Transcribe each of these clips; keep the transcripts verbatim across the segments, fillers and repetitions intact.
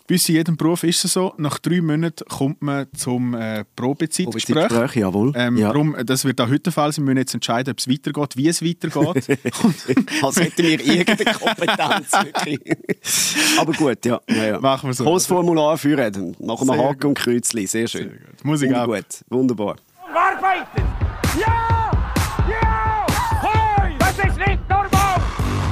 Bei uns in jedem Beruf ist es so, nach drei Monaten kommt man zum äh, Probezeitgespräch. Probezeitgespräch, jawohl. Ähm, ja. Darum, das wird auch heute der Fall sein. Wir müssen jetzt entscheiden, ob es weitergeht, wie es weitergeht. Als hätten wir irgendeine Kompetenz. Aber gut, ja. ja, ja. Machen wir so. Volles Formular führen, dann machen wir Sehr Haken gut. und Kreuzchen. Sehr schön. Sehr gut. Musik ab. Gut, wunderbar. Arbeiten! Ja! Ja! Hoi! Das ist nicht normal!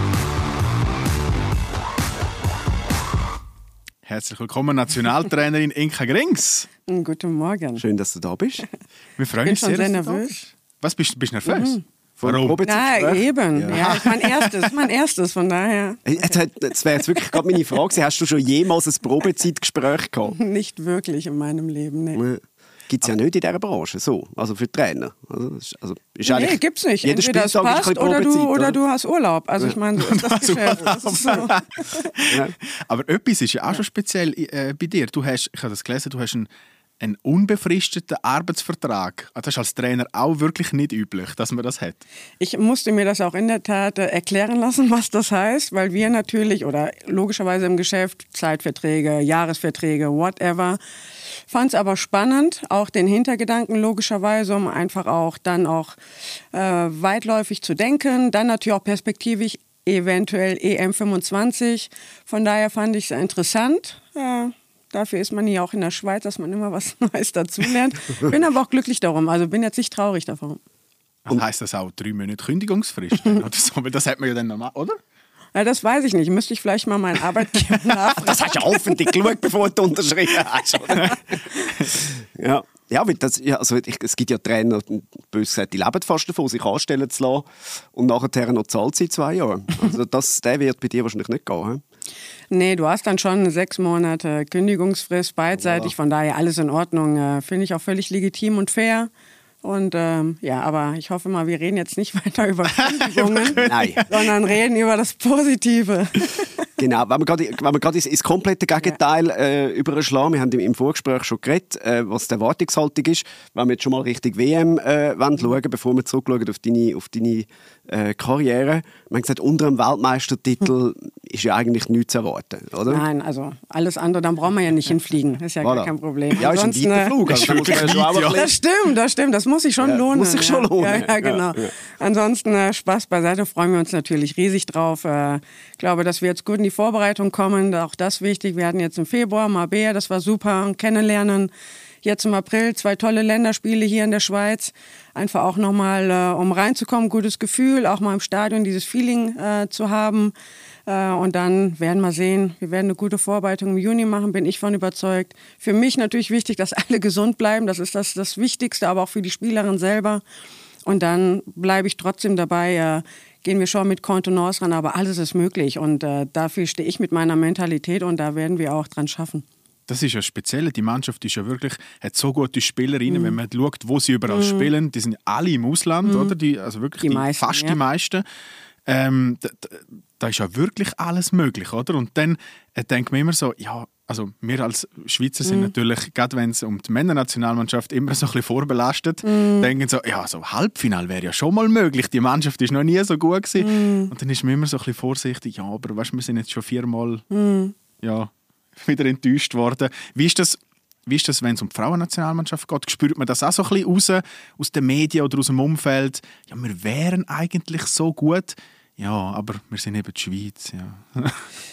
Herzlich willkommen, Nationaltrainerin Inka Grings. Guten Morgen. Schön, dass du da bist. Wir freuen Ich bin uns schon sehr, sehr dass du da nervös. bist. Was, bist, bist du nervös? Mhm. Vor dem Warum? Probezeitgespräch? Na, eben. Ja. Ja, ja, ist mein erstes, mein erstes, von daher Das wäre jetzt wirklich gerade meine Frage. Hast du schon jemals ein Probezeitgespräch gehabt? nicht wirklich in meinem Leben. Nee, Gibt es ja nicht in dieser Branche, so. Also für Trainer. Also, das ist, also, ist nee eigentlich gibt's nicht. jeder Entweder es Spieltag ist ein passt oder bisschen du, Probezeit, oder du hast Urlaub. Also ich meine, so ist das Geschäft. Das ist so. Ja. Aber etwas ist ja auch schon speziell äh, bei dir. Du hast, ich habe das gelesen, du hast einen, einen unbefristeten Arbeitsvertrag. Das ist als Trainer auch wirklich nicht üblich, dass man das hat. Ich musste mir das auch in der Tat äh, erklären lassen, was das heißt, weil wir natürlich, oder logischerweise im Geschäft, Zeitverträge, Jahresverträge, whatever, fand es aber spannend, auch den Hintergedanken logischerweise, um einfach auch dann auch äh, weitläufig zu denken, dann natürlich auch perspektivisch eventuell E M fünfundzwanzig. Von daher fand ich es interessant. Äh, dafür ist man hier auch in der Schweiz, dass man immer was Neues dazulernt. Bin aber auch glücklich darum, also bin jetzt nicht traurig davon. Und heisst das auch drei Monate Kündigungsfrist? Oder so? Weil das hat man ja dann normal, oder? Ja, das weiß ich nicht. Müsste ich vielleicht mal meinen Arbeitgeber nachfragen. Das hast du hoffentlich geschaut, bevor du unterschrieben hast, oder? ja. Ja, weil das, ja, also ich, es gibt ja Trainer, bös gesagt, die leben fast davon, sich anstellen zu lassen und nachher noch zahlt sie zwei Jahre. Also das, der wird bei dir wahrscheinlich nicht gehen. He? Nee, du hast dann schon sechs Monate Kündigungsfrist beidseitig, von daher alles in Ordnung. Äh, Finde ich auch völlig legitim und fair. Und ähm, ja, aber ich hoffe mal, wir reden jetzt nicht weiter über Kündigungen, Nein. sondern reden über das Positive. Genau, wenn wir gerade, wenn wir gerade ins, ins komplette Gegenteil äh, überschlagen, wir haben im, im Vorgespräch schon geredet, äh, was die Erwartungshaltung ist, wenn wir jetzt schon mal Richtung W M äh, wollen schauen, bevor wir zurückschauen auf deine, auf deine äh, Karriere. Wir haben gesagt, unter einem Weltmeistertitel ist ja eigentlich nichts zu erwarten, oder? Nein, also alles andere, dann brauchen wir ja nicht hinfliegen. Das ist ja Voilà. gar kein Problem. Ja, ist ein Ansonsten, weiter Flug. Also, da muss man ja schon auch ein Das bisschen- stimmt, das stimmt. Das muss sich schon Ja, lohnen. muss sich schon lohnen. Ja, ja, genau. Ja, ja. Ansonsten äh, Spaß beiseite, freuen wir uns natürlich riesig drauf. Äh, ich glaube, dass wir jetzt gut in die Vorbereitung kommen. Auch das wichtig. Wir hatten jetzt im Februar Marbella, das war super. Und kennenlernen. Jetzt im April zwei tolle Länderspiele hier in der Schweiz. Einfach auch nochmal, äh, um reinzukommen, gutes Gefühl, auch mal im Stadion dieses Feeling äh, zu haben. Äh, und dann werden wir sehen, wir werden eine gute Vorbereitung im Juni machen, bin ich von überzeugt. Für mich natürlich wichtig, dass alle gesund bleiben. Das ist das, das Wichtigste, aber auch für die Spielerin selber. Und dann bleibe ich trotzdem dabei, äh, gehen wir schon mit Kontenance ran, aber alles ist möglich. Und äh, dafür stehe ich mit meiner Mentalität und da werden wir auch dran schaffen. Das ist ja speziell. Die Mannschaft ist ja wirklich, hat so gute Spielerinnen, mm. wenn man schaut, wo sie überall mm. spielen. Die sind alle im Ausland, mm. oder? Die, also wirklich die die meisten, fast ja. die meisten. Ähm, da, da ist ja wirklich alles möglich, oder? Und dann äh, denkt man immer so, ja, also wir als Schweizer sind mm. natürlich, gerade wenn es um die Männernationalmannschaft immer so ein bisschen vorbelastet, mm. denken so, ja, so Halbfinale wäre ja schon mal möglich. Die Mannschaft ist noch nie so gut gewesen. Mm. Und dann ist man immer so ein bisschen vorsichtig, ja, aber weißt, wir sind jetzt schon viermal, mm. ja, wieder enttäuscht worden. Wie ist das, wie ist das, wenn es um die Frauennationalmannschaft geht? Spürt man das auch so ein bisschen raus, aus den Medien oder aus dem Umfeld? Ja, wir wären eigentlich so gut. Ja, aber wir sind eben die Schweiz. Ja,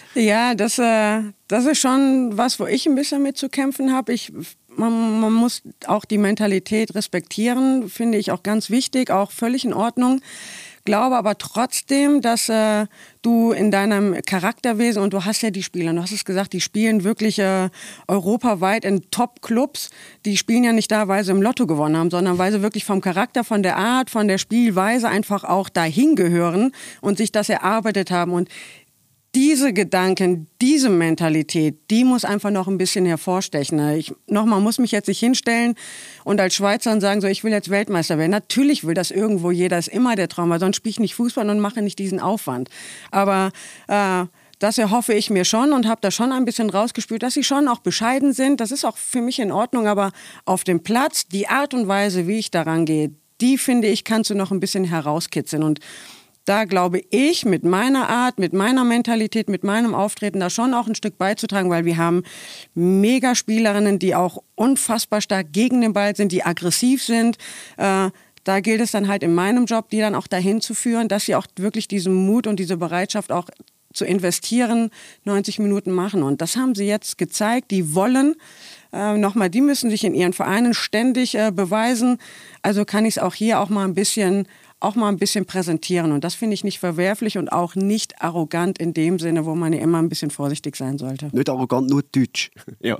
ja das, äh, das ist schon was, wo ich ein bisschen mit zu kämpfen habe. Ich, man, man muss auch die Mentalität respektieren, finde ich auch ganz wichtig, auch völlig in Ordnung. Glaube aber trotzdem, dass äh, du in deinem Charakterwesen, und du hast ja die Spieler, du hast es gesagt, die spielen wirklich äh, europaweit in Top-Clubs. Die spielen ja nicht da, weil sie im Lotto gewonnen haben, sondern weil sie wirklich vom Charakter, von der Art, von der Spielweise einfach auch dahin gehören und sich das erarbeitet haben. Und diese Gedanken, diese Mentalität, die muss einfach noch ein bisschen hervorstechen. Ich, nochmal, muss mich jetzt nicht hinstellen und als Schweizer sagen, so, ich will jetzt Weltmeister werden. Natürlich will das irgendwo jeder, ist immer der Traum, weil sonst spiele ich nicht Fußball und mache nicht diesen Aufwand. Aber äh, das erhoffe ich mir schon und habe da schon ein bisschen rausgespürt, dass sie schon auch bescheiden sind. Das ist auch für mich in Ordnung, aber auf dem Platz, die Art und Weise, wie ich daran gehe, die, finde ich, kannst du noch ein bisschen herauskitzeln. Und da glaube ich, mit meiner Art, mit meiner Mentalität, mit meinem Auftreten da schon auch ein Stück beizutragen, weil wir haben Megaspielerinnen, die auch unfassbar stark gegen den Ball sind, die aggressiv sind. Äh, da gilt es dann halt in meinem Job, die dann auch dahin zu führen, dass sie auch wirklich diesen Mut und diese Bereitschaft auch zu investieren, neunzig Minuten machen. Und das haben sie jetzt gezeigt, die wollen. Äh, nochmal, die müssen sich in ihren Vereinen ständig äh, beweisen. Also kann ich es auch hier auch mal ein bisschen auch mal ein bisschen präsentieren. Und das finde ich nicht verwerflich und auch nicht arrogant in dem Sinne, wo man ja immer ein bisschen vorsichtig sein sollte. Nicht arrogant, nur Deutsch. Ja.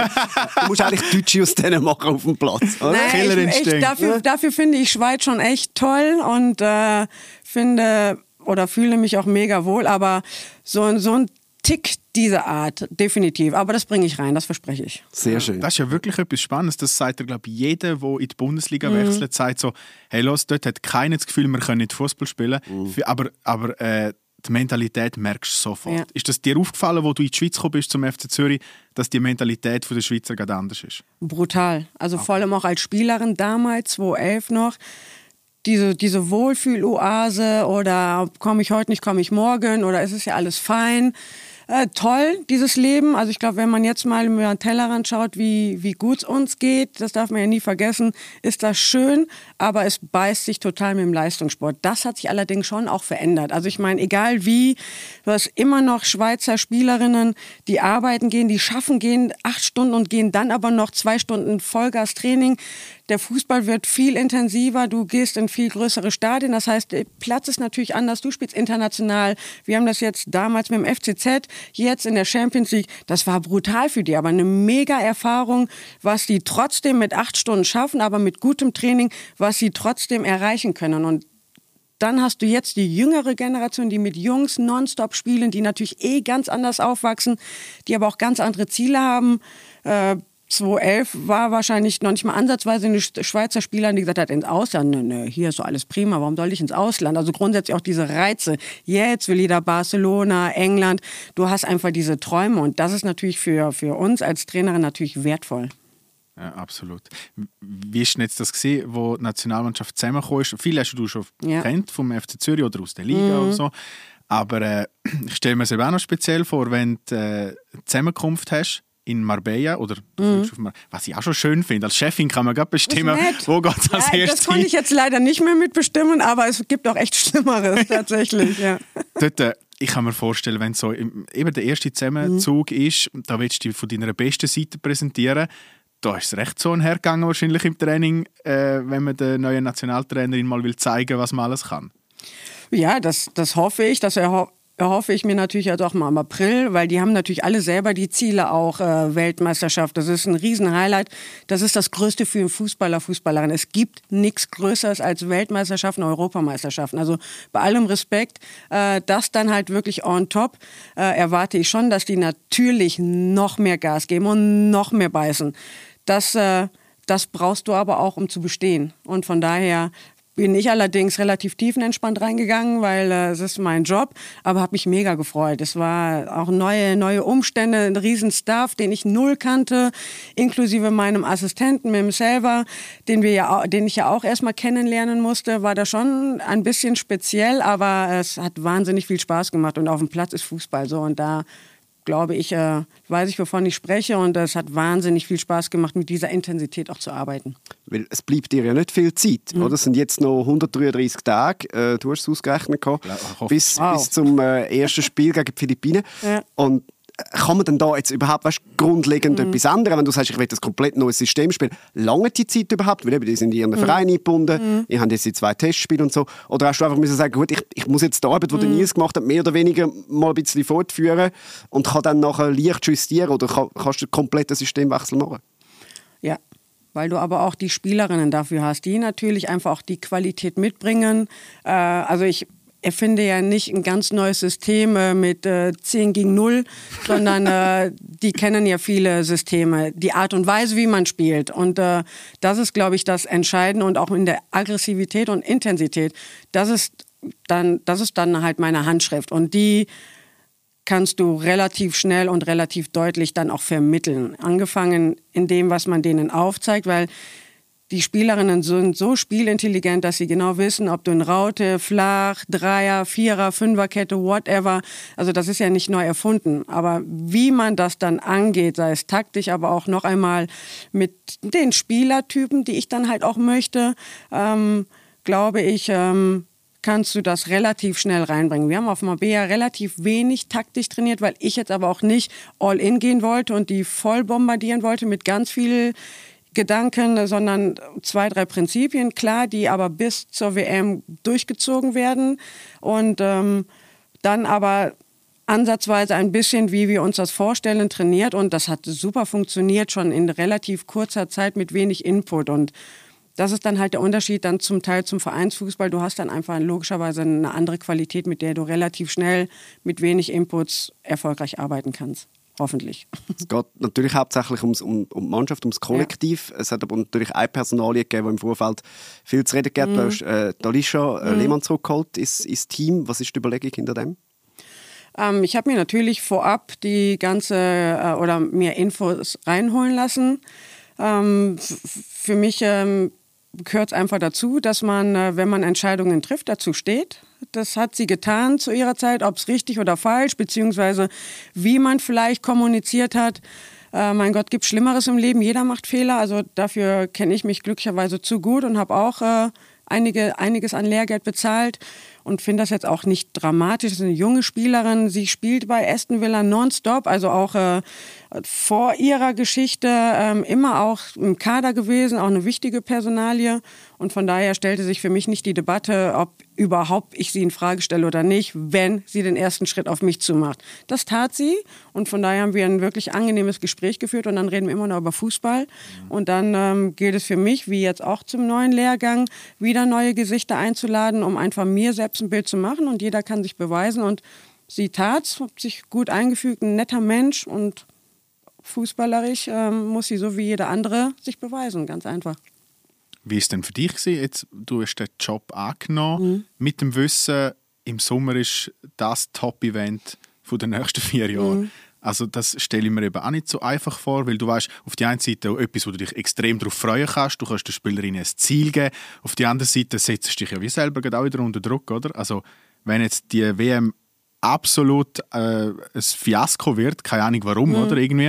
Du musst eigentlich Deutsche aus denen machen auf dem Platz. Oder? Nein, ich, ich, dafür, dafür finde ich Schweiz schon echt toll und äh, finde oder fühle mich auch mega wohl. Aber so, so ein Tick diese Art, definitiv. Aber das bringe ich rein, das verspreche ich. Sehr schön. Das ist ja wirklich etwas Spannendes. Das sagt ja, glaube ich, jeder, der in die Bundesliga Mhm. wechselt, sagt so, hey, los, dort hat keiner das Gefühl, wir können nicht Fußball spielen. Mhm. Für, aber aber äh, die Mentalität merkst du sofort. Ja. Ist das dir aufgefallen, wo du in die Schweiz gekommen bist, zum F C Zürich, dass die Mentalität der Schweizer gerade anders ist? Brutal. Also vor allem auch als Spielerin damals, zweitausendelf noch. Diese, diese Wohlfühl-Oase oder komme ich heute nicht, komme ich morgen oder ist es ja alles fein. Äh, toll, dieses Leben. Also ich glaube, wenn man jetzt mal über den Tellerrand schaut, wie, wie gut es uns geht, das darf man ja nie vergessen, ist das schön, aber es beißt sich total mit dem Leistungssport. Das hat sich allerdings schon auch verändert. Also ich meine, egal wie, du hast immer noch Schweizer Spielerinnen, die arbeiten gehen, die schaffen gehen, acht Stunden und gehen dann aber noch zwei Stunden Vollgas-Training. Der Fußball wird viel intensiver, du gehst in viel größere Stadien, das heißt, der Platz ist natürlich anders, du spielst international. Wir haben das jetzt damals mit dem F C Z, jetzt in der Champions League, das war brutal für die, aber eine mega Erfahrung, was die trotzdem mit acht Stunden schaffen, aber mit gutem Training, was sie trotzdem erreichen können. Und dann hast du jetzt die jüngere Generation, die mit Jungs nonstop spielen, die natürlich eh ganz anders aufwachsen, die aber auch ganz andere Ziele haben. Äh, zweitausendelf war wahrscheinlich noch nicht mal ansatzweise eine Schweizer Spielerin, die gesagt hat, ins Ausland, ne, ne, hier ist so alles prima, warum soll ich ins Ausland? Also grundsätzlich auch diese Reize. Jetzt will jeder Barcelona, England. Du hast einfach diese Träume und das ist natürlich für, für uns als Trainerin natürlich wertvoll. Ja, absolut. Wie war denn jetzt das gewesen, wo die Nationalmannschaft zusammengekommen ist? Viele hast du schon Ja. kennt vom F C Zürich oder aus der Liga Mhm. oder so. Aber äh, ich stelle mir es eben auch noch speziell vor, wenn du äh, Zusammenkunft hast in Marbella oder Mhm. auf Mar- was ich auch schon schön finde. Als Chefin kann man gerade bestimmen, nett. wo geht es als Ja, erstes das konnte ich jetzt leider nicht mehr mitbestimmen, aber es gibt auch echt Schlimmeres tatsächlich. Ja. Dort, äh, ich kann mir vorstellen, wenn so im, eben der erste Zusammenzug Mhm. ist, da willst du dich von deiner besten Seite präsentieren. Da ist es recht so hergegangen wahrscheinlich im Training, äh, wenn man der neuen Nationaltrainerin mal will zeigen, was man alles kann. Ja, das, das hoffe ich. Das erho erhoffe ich mir natürlich jetzt auch mal im April, weil die haben natürlich alle selber die Ziele auch äh, Weltmeisterschaft. Das ist ein Riesen-Highlight. Das ist das Größte für einen Fußballer, Fußballerin. Es gibt nichts Größeres als Weltmeisterschaften, Europameisterschaften. Also bei allem Respekt, äh, das dann halt wirklich on top, äh, erwarte ich schon, dass die natürlich noch mehr Gas geben und noch mehr beißen. Das, äh, das brauchst du aber auch, um zu bestehen. Und von daher bin ich allerdings relativ tiefenentspannt reingegangen, weil äh, es ist mein Job, aber habe mich mega gefreut. Es war auch neue, neue Umstände, ein riesen Staff, den ich null kannte, inklusive meinem Assistenten, mit dem selber, den, wir ja, au- den ich ja auch erstmal kennenlernen musste, war da schon ein bisschen speziell, aber es hat wahnsinnig viel Spaß gemacht und auf dem Platz ist Fußball so und da glaube ich, äh, weiß ich, wovon ich spreche und es hat wahnsinnig viel Spaß gemacht, mit dieser Intensität auch zu arbeiten. Weil es bleibt dir ja nicht viel Zeit. Mhm. Oder? Es sind jetzt noch hundertdreiunddreißig Tage, äh, du hast es ausgerechnet, gehabt, Ja, ich hoffe. bis, Wow. bis zum äh, ersten Spiel gegen die Philippinen. Ja. Und äh, kann man denn da jetzt überhaupt weißt, grundlegend Mhm. etwas ändern? Wenn du sagst, ich will das komplett neues System spielen, lange die Zeit überhaupt? Weil eben, die sind in ihren Verein eingebunden, Mhm. ihr habt jetzt die zwei Testspiele und so. Oder hast du einfach müssen sagen, gut, ich, ich muss jetzt die Arbeit, die Mhm. der Nils gemacht hat, mehr oder weniger mal ein bisschen fortführen und kann dann nachher leicht justieren oder kann, kannst du einen kompletten Systemwechsel machen? Ja, weil du aber auch die Spielerinnen dafür hast, die natürlich einfach auch die Qualität mitbringen. Äh, also ich erfinde ja nicht ein ganz neues System äh, mit äh, zehn gegen null, sondern äh, die kennen ja viele Systeme, die Art und Weise, wie man spielt. Und äh, das ist, glaube ich, das Entscheidende und auch in der Aggressivität und Intensität. Das ist dann, das ist dann halt meine Handschrift und die kannst du relativ schnell und relativ deutlich dann auch vermitteln. Angefangen in dem, was man denen aufzeigt, weil die Spielerinnen sind so spielintelligent, dass sie genau wissen, ob du in Raute, Flach, Dreier, Vierer, Fünferkette, whatever, also das ist ja nicht neu erfunden, aber wie man das dann angeht, sei es taktisch, aber auch noch einmal mit den Spielertypen, die ich dann halt auch möchte, ähm, glaube ich, ähm, kannst du das relativ schnell reinbringen. Wir haben auf Marbella relativ wenig taktisch trainiert, weil ich jetzt aber auch nicht all in gehen wollte und die voll bombardieren wollte mit ganz viel Gedanken, sondern zwei, drei Prinzipien, klar, die aber bis zur W M durchgezogen werden und ähm, dann aber ansatzweise ein bisschen, wie wir uns das vorstellen, trainiert und das hat super funktioniert, schon in relativ kurzer Zeit mit wenig Input und das ist dann halt der Unterschied dann zum Teil zum Vereinsfußball. Du hast dann einfach logischerweise eine andere Qualität, mit der du relativ schnell mit wenig Inputs erfolgreich arbeiten kannst. Hoffentlich. Es geht natürlich hauptsächlich ums, um, um die Mannschaft, ums Kollektiv. Ja. Es hat aber natürlich eine Personalie gegeben, die im Vorfeld viel zu reden gegeben hat. Mm. Du hast äh, Alicia äh, mm. Lehmann zurückgeholt ins, ins Team. Was ist die Überlegung hinter dem? Ähm, ich habe mir natürlich vorab die ganze äh, oder mir Infos reinholen lassen. Ähm, f- für mich ähm, gehört es einfach dazu, dass man, äh, wenn man Entscheidungen trifft, dazu steht. Das hat sie getan zu ihrer Zeit, ob es richtig oder falsch, beziehungsweise wie man vielleicht kommuniziert hat. Äh, mein Gott, gibt Schlimmeres im Leben, jeder macht Fehler. Also dafür kenne ich mich glücklicherweise zu gut und habe auch äh, einige, einiges an Lehrgeld bezahlt und finde das jetzt auch nicht dramatisch. Das ist eine junge Spielerin, sie spielt bei Aston Villa nonstop, also auch äh, vor ihrer Geschichte ähm, immer auch im Kader gewesen, auch eine wichtige Personalie. Und von daher stellte sich für mich nicht die Debatte, ob überhaupt ich sie in Frage stelle oder nicht, wenn sie den ersten Schritt auf mich zumacht. Das tat sie und von daher haben wir ein wirklich angenehmes Gespräch geführt und dann reden wir immer noch über Fußball. Und dann ähm, gilt es für mich, wie jetzt auch zum neuen Lehrgang, wieder neue Gesichter einzuladen, um einfach mir selbst ein Bild zu machen und jeder kann sich beweisen und sie tat's, hat sich gut eingefügt, ein netter Mensch und fußballerisch ähm, muss sie so wie jeder andere sich beweisen, ganz einfach. Wie war es denn für dich gewesen? Jetzt, du hast den Job angenommen, mhm. mit dem Wissen, im Sommer ist das Top-Event der nächsten vier Jahre. Mhm. Also das stelle ich mir eben auch nicht so einfach vor, weil du weißt, auf der einen Seite auch etwas, wo du dich extrem darauf freuen kannst, du kannst der Spielerin ein Ziel geben, auf der anderen Seite setzt du dich ja wie selber auch wieder unter Druck, oder? Also wenn jetzt die W M absolut äh, ein Fiasko wird, keine Ahnung warum, mhm. oder irgendwie,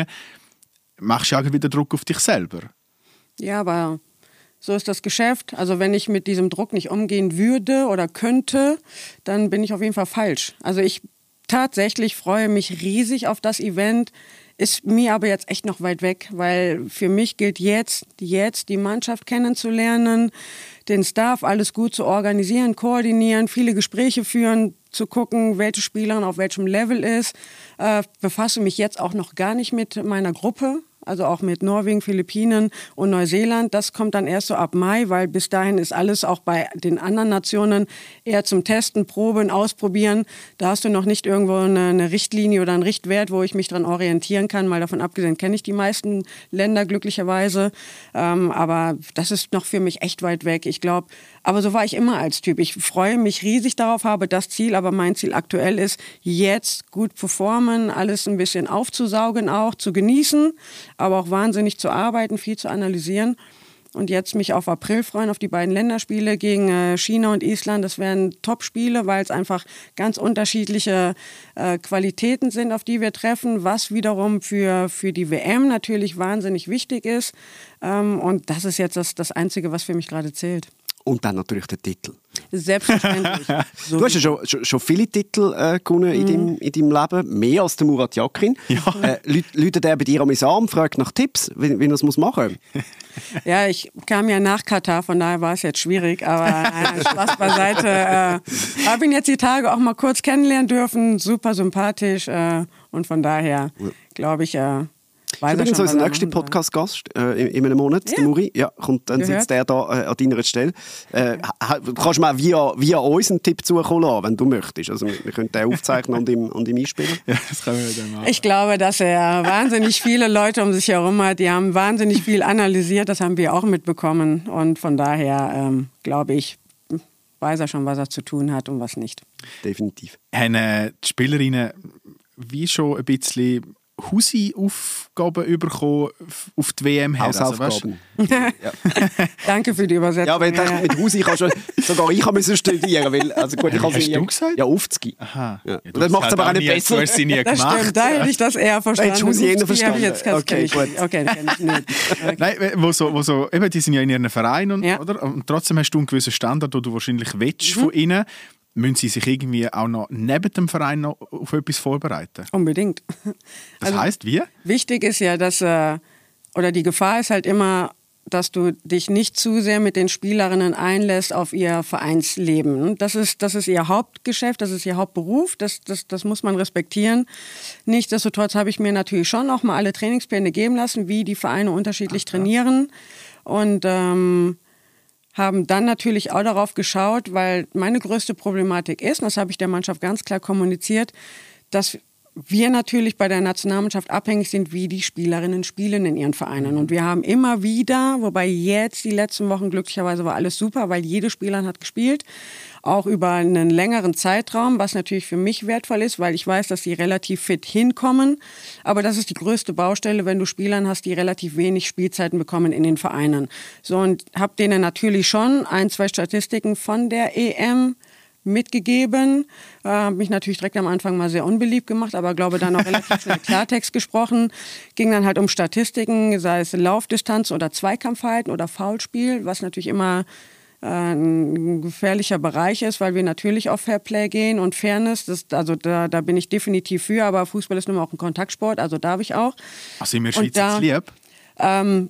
machst du ja wieder Druck auf dich selber. Ja, aber so ist das Geschäft. Also wenn ich mit diesem Druck nicht umgehen würde oder könnte, dann bin ich auf jeden Fall falsch. Also ich tatsächlich freue mich riesig auf das Event, ist mir aber jetzt echt noch weit weg, weil für mich gilt jetzt, jetzt die Mannschaft kennenzulernen, den Staff alles gut zu organisieren, koordinieren, viele Gespräche führen, zu gucken, welche Spielerin auf welchem Level ist. Äh, befasse mich jetzt auch noch gar nicht mit meiner Gruppe. Also auch mit Norwegen, Philippinen und Neuseeland. Das kommt dann erst so ab Mai, weil bis dahin ist alles auch bei den anderen Nationen eher zum Testen, Proben, Ausprobieren. Da hast du noch nicht irgendwo eine, eine Richtlinie oder einen Richtwert, wo ich mich dran orientieren kann. Mal davon abgesehen kenne ich die meisten Länder glücklicherweise. Ähm, aber das ist noch für mich echt weit weg. Ich glaube, aber so war ich immer als Typ. Ich freue mich riesig darauf, habe das Ziel, aber mein Ziel aktuell ist, jetzt gut performen, alles ein bisschen aufzusaugen auch, zu genießen, aber auch wahnsinnig zu arbeiten, viel zu analysieren. Und jetzt mich auf April freuen, auf die beiden Länderspiele gegen äh, China und Island. Das wären Top-Spiele, weil es einfach ganz unterschiedliche äh, Qualitäten sind, auf die wir treffen, was wiederum für, für die W M natürlich wahnsinnig wichtig ist. Ähm, und das ist jetzt das, das Einzige, was für mich gerade zählt. Und dann natürlich der Titel. Selbstverständlich. So du hast ja schon, schon, schon viele Titel äh, gewonnen in, deinem, in deinem Leben. Mehr als der Murat Yakin. Ja. Äh, läutet er bei dir an mein Arm, fragt nach Tipps, wie, wie er es machen muss? Ja, ich kam ja nach Katar, von daher war es jetzt schwierig. Aber äh, Spaß beiseite. Äh, habe ihn jetzt die Tage auch mal kurz kennenlernen dürfen. Super sympathisch. Äh, und von daher glaube ich... Äh, Weiß übrigens unser nächster Podcast-Gast äh, in, in einem Monat, ja. Der Muri. Ja, kommt, dann Gehört. Sitzt der da äh, an deiner Stelle. Äh, du kannst mir auch via, via uns einen Tipp zukommen lassen, wenn du möchtest. Also, wir können den aufzeichnen und ihm, und ihm einspielen. Ja, das können wir dann machen. Ich glaube, dass er wahnsinnig viele Leute um sich herum hat. Die haben wahnsinnig viel analysiert. Das haben wir auch mitbekommen. Und von daher ähm, glaube ich, weiß er schon, was er zu tun hat und was nicht. Definitiv. Haben äh, die Spielerinnen wie schon ein bisschen Hausi-Aufgaben bekommen auf die W M her. Hausaufgaben. Also, ja. Danke für die Übersetzung. Ja, weil ich dachte, mit Hausi kann schon, sogar ich müssen studieren, weil, also gut, ich kann Hast du gesagt? Ja, aufzugehen. Aha. Ja. Ja, Und das macht es aber auch nicht nie, besser. Du hast sie nie Das gemacht. stimmt, da hätte ich das eher verstanden. hättest du Hausi eher Ups, die verstanden. habe ich jetzt ganz Okay, kenn ich. gut. Okay, das kenn ich nicht. Okay. Nein, wo so, wo so, eben, die sind ja in ihren Verein und, Ja. oder? Und trotzdem hast du einen gewissen Standard, den du wahrscheinlich willst Mhm. von ihnen. Müssen sie sich irgendwie auch noch neben dem Verein noch auf etwas vorbereiten? Unbedingt. Das Also, heisst, wie? wichtig ist ja, dass, äh, oder die Gefahr ist halt immer, dass du dich nicht zu sehr mit den Spielerinnen einlässt auf ihr Vereinsleben. Das ist, das ist ihr Hauptgeschäft, das ist ihr Hauptberuf, das, das, das muss man respektieren. Nichtsdestotrotz habe ich mir natürlich schon auch mal alle Trainingspläne geben lassen, wie die Vereine unterschiedlich Ach, trainieren. Und ähm, haben dann natürlich auch darauf geschaut, weil meine größte Problematik ist, und das habe ich der Mannschaft ganz klar kommuniziert, dass wir natürlich bei der Nationalmannschaft abhängig sind, wie die Spielerinnen spielen in ihren Vereinen. Und wir haben immer wieder, wobei jetzt die letzten Wochen glücklicherweise war alles super, weil jede Spielerin hat gespielt, auch über einen längeren Zeitraum, was natürlich für mich wertvoll ist, weil ich weiß, dass sie relativ fit hinkommen. Aber das ist die größte Baustelle, wenn du Spielern hast, die relativ wenig Spielzeiten bekommen in den Vereinen. So, und habe denen natürlich schon ein, zwei Statistiken von der E M mitgegeben. Äh, habe mich natürlich direkt am Anfang mal sehr unbeliebt gemacht, aber glaube dann auch relativ schnell Klartext gesprochen. Ging dann halt um Statistiken, sei es Laufdistanz oder Zweikampfverhalten oder Foulspiel, was natürlich immer äh, ein gefährlicher Bereich ist, weil wir natürlich auf Fairplay gehen und Fairness. Das, also da, da bin ich definitiv für, aber Fußball ist nun mal auch ein Kontaktsport, also darf ich auch. Ach, sind wir Und Schweizer da- lieb? Ähm,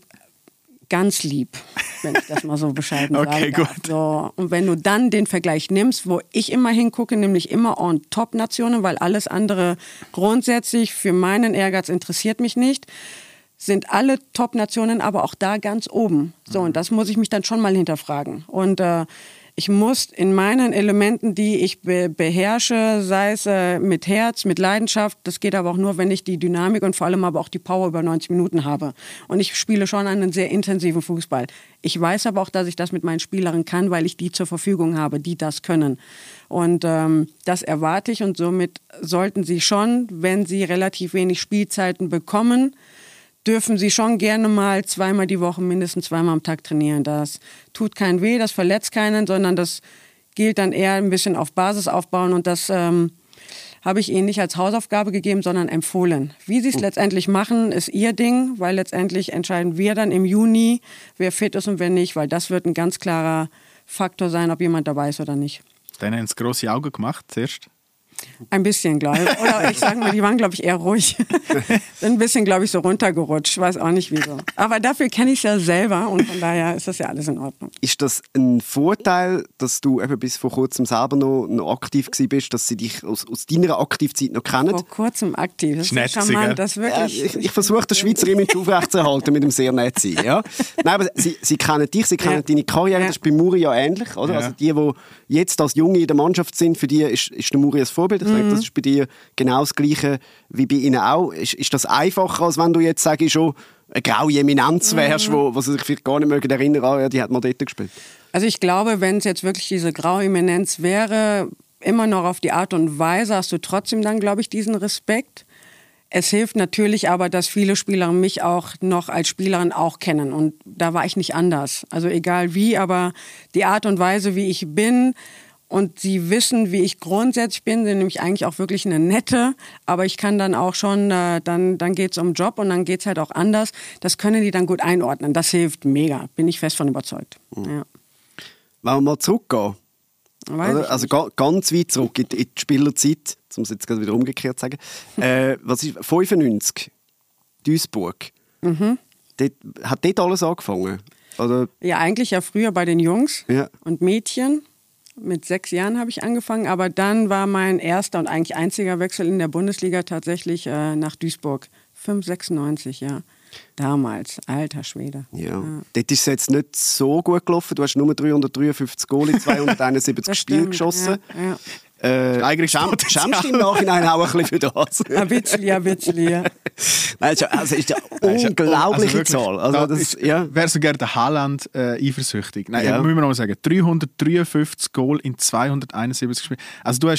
ganz lieb, wenn ich das mal so bescheiden Okay, sagen darf. gut. So, und wenn du dann den Vergleich nimmst, wo ich immer hingucke, nämlich immer on-top-Nationen, weil alles andere grundsätzlich für meinen Ehrgeiz interessiert mich nicht, sind alle Top-Nationen aber auch da ganz oben. So, und das muss ich mich dann schon mal hinterfragen. Und äh, ich muss in meinen Elementen, die ich be- beherrsche, sei es äh, mit Herz, mit Leidenschaft, das geht aber auch nur, wenn ich die Dynamik und vor allem aber auch die Power über neunzig Minuten habe. Und ich spiele schon einen sehr intensiven Fußball. Ich weiß aber auch, dass ich das mit meinen Spielerinnen kann, weil ich die zur Verfügung habe, die das können. Und ähm, das erwarte ich und somit sollten sie schon, wenn sie relativ wenig Spielzeiten bekommen, dürfen sie schon gerne mal zweimal die Woche, mindestens zweimal am Tag trainieren. Das tut keinen weh, das verletzt keinen, sondern das gilt dann eher ein bisschen auf Basis aufbauen. Und das ähm, habe ich ihnen nicht als Hausaufgabe gegeben, sondern empfohlen. Wie sie es letztendlich machen, ist ihr Ding, weil letztendlich entscheiden wir dann im Juni, wer fit ist und wer nicht, weil das wird ein ganz klarer Faktor sein, ob jemand dabei ist oder nicht. Dann haben sie grosse Augen gemacht zuerst. Ein bisschen, glaube ich. Oder ich sage mal, die waren, glaube ich, eher ruhig. Sind ein bisschen, glaube ich, so runtergerutscht. Weiß auch nicht, wieso. Aber dafür kenne ich es ja selber und von daher ist das ja alles in Ordnung. Ist das ein Vorteil, dass du eben bis vor kurzem selber noch, noch aktiv gewesen bist, dass sie dich aus, aus deiner Aktivzeit noch kennen? Vor kurzem aktiv. Das ist Nett ja gewesen, gell? charmant, das Ja, wirklich... ich ich versuche, das Schweizer Image aufrechtzuerhalten mit dem sehr nett sein. Ja? Nein, aber sie, sie kennen dich, sie kennen Ja. deine Karriere. Ja. Das ist bei Muri ja ähnlich. Oder? Ja. Also die, die jetzt als Junge in der Mannschaft sind, für die ist, ist der Muri ein Vorbild. Ich denke, das ist bei dir genau das Gleiche wie bei ihnen auch. Ist, ist das einfacher, als wenn du jetzt, sage ich schon, eine graue Eminenz wärst, wo, wo sie sich vielleicht gar nicht mögen erinnern, ah, ja, die hat mal dort gespielt. Also ich glaube, wenn es jetzt wirklich diese graue Eminenz wäre, immer noch auf die Art und Weise, hast du trotzdem dann, glaube ich, diesen Respekt. Es hilft natürlich aber, dass viele Spieler mich auch noch als Spielerin auch kennen. Und da war ich nicht anders. Also egal wie, aber die Art und Weise, wie ich bin und sie wissen, wie ich grundsätzlich bin, sind nämlich eigentlich auch wirklich eine nette. Aber ich kann dann auch schon, äh, dann, dann geht es um Job und dann geht es halt auch anders. Das können die dann gut einordnen. Das hilft mega, bin ich fest von überzeugt. Mhm. Ja. Wollen wir mal zurückgehen? Weiß Oder? ich Also nicht. ga, ganz weit zurück in die, in die Spielerzeit, um es jetzt gerade wieder umgekehrt zu sagen. äh, was ist fünfundneunzig, Duisburg. Mhm. Dort, hat dort alles angefangen? Oder? Ja, eigentlich ja früher bei den Jungs Ja. und Mädchen. Mit sechs Jahren habe ich angefangen, aber dann war mein erster und eigentlich einziger Wechsel in der Bundesliga tatsächlich äh, nach Duisburg. fünf sechsundneunzig, ja. Damals, alter Schwede. Ja. Ja. Dort ist es jetzt nicht so gut gelaufen. Du hast nur dreihundertdreiundfünfzig Goal in zweihunderteinundsiebzig Das Spiele stimmt, geschossen. Ja, ja. Äh, Steigerungspotenzial. schäm- Schämst du im Nachhinein auch ein bisschen für das? Ein bisschen, ein bisschen, ja. Nein, es ist- also, es ist eine unglaubliche wirklich, Zahl. Also, da das, ist- ja. wäre sogar der Haaland äh, eifersüchtig. Nein, Ja. müssen wir noch mal sagen. dreihundertdreiundfünfzig Goal in zweihunderteinundsiebzig Spielen. Also du hast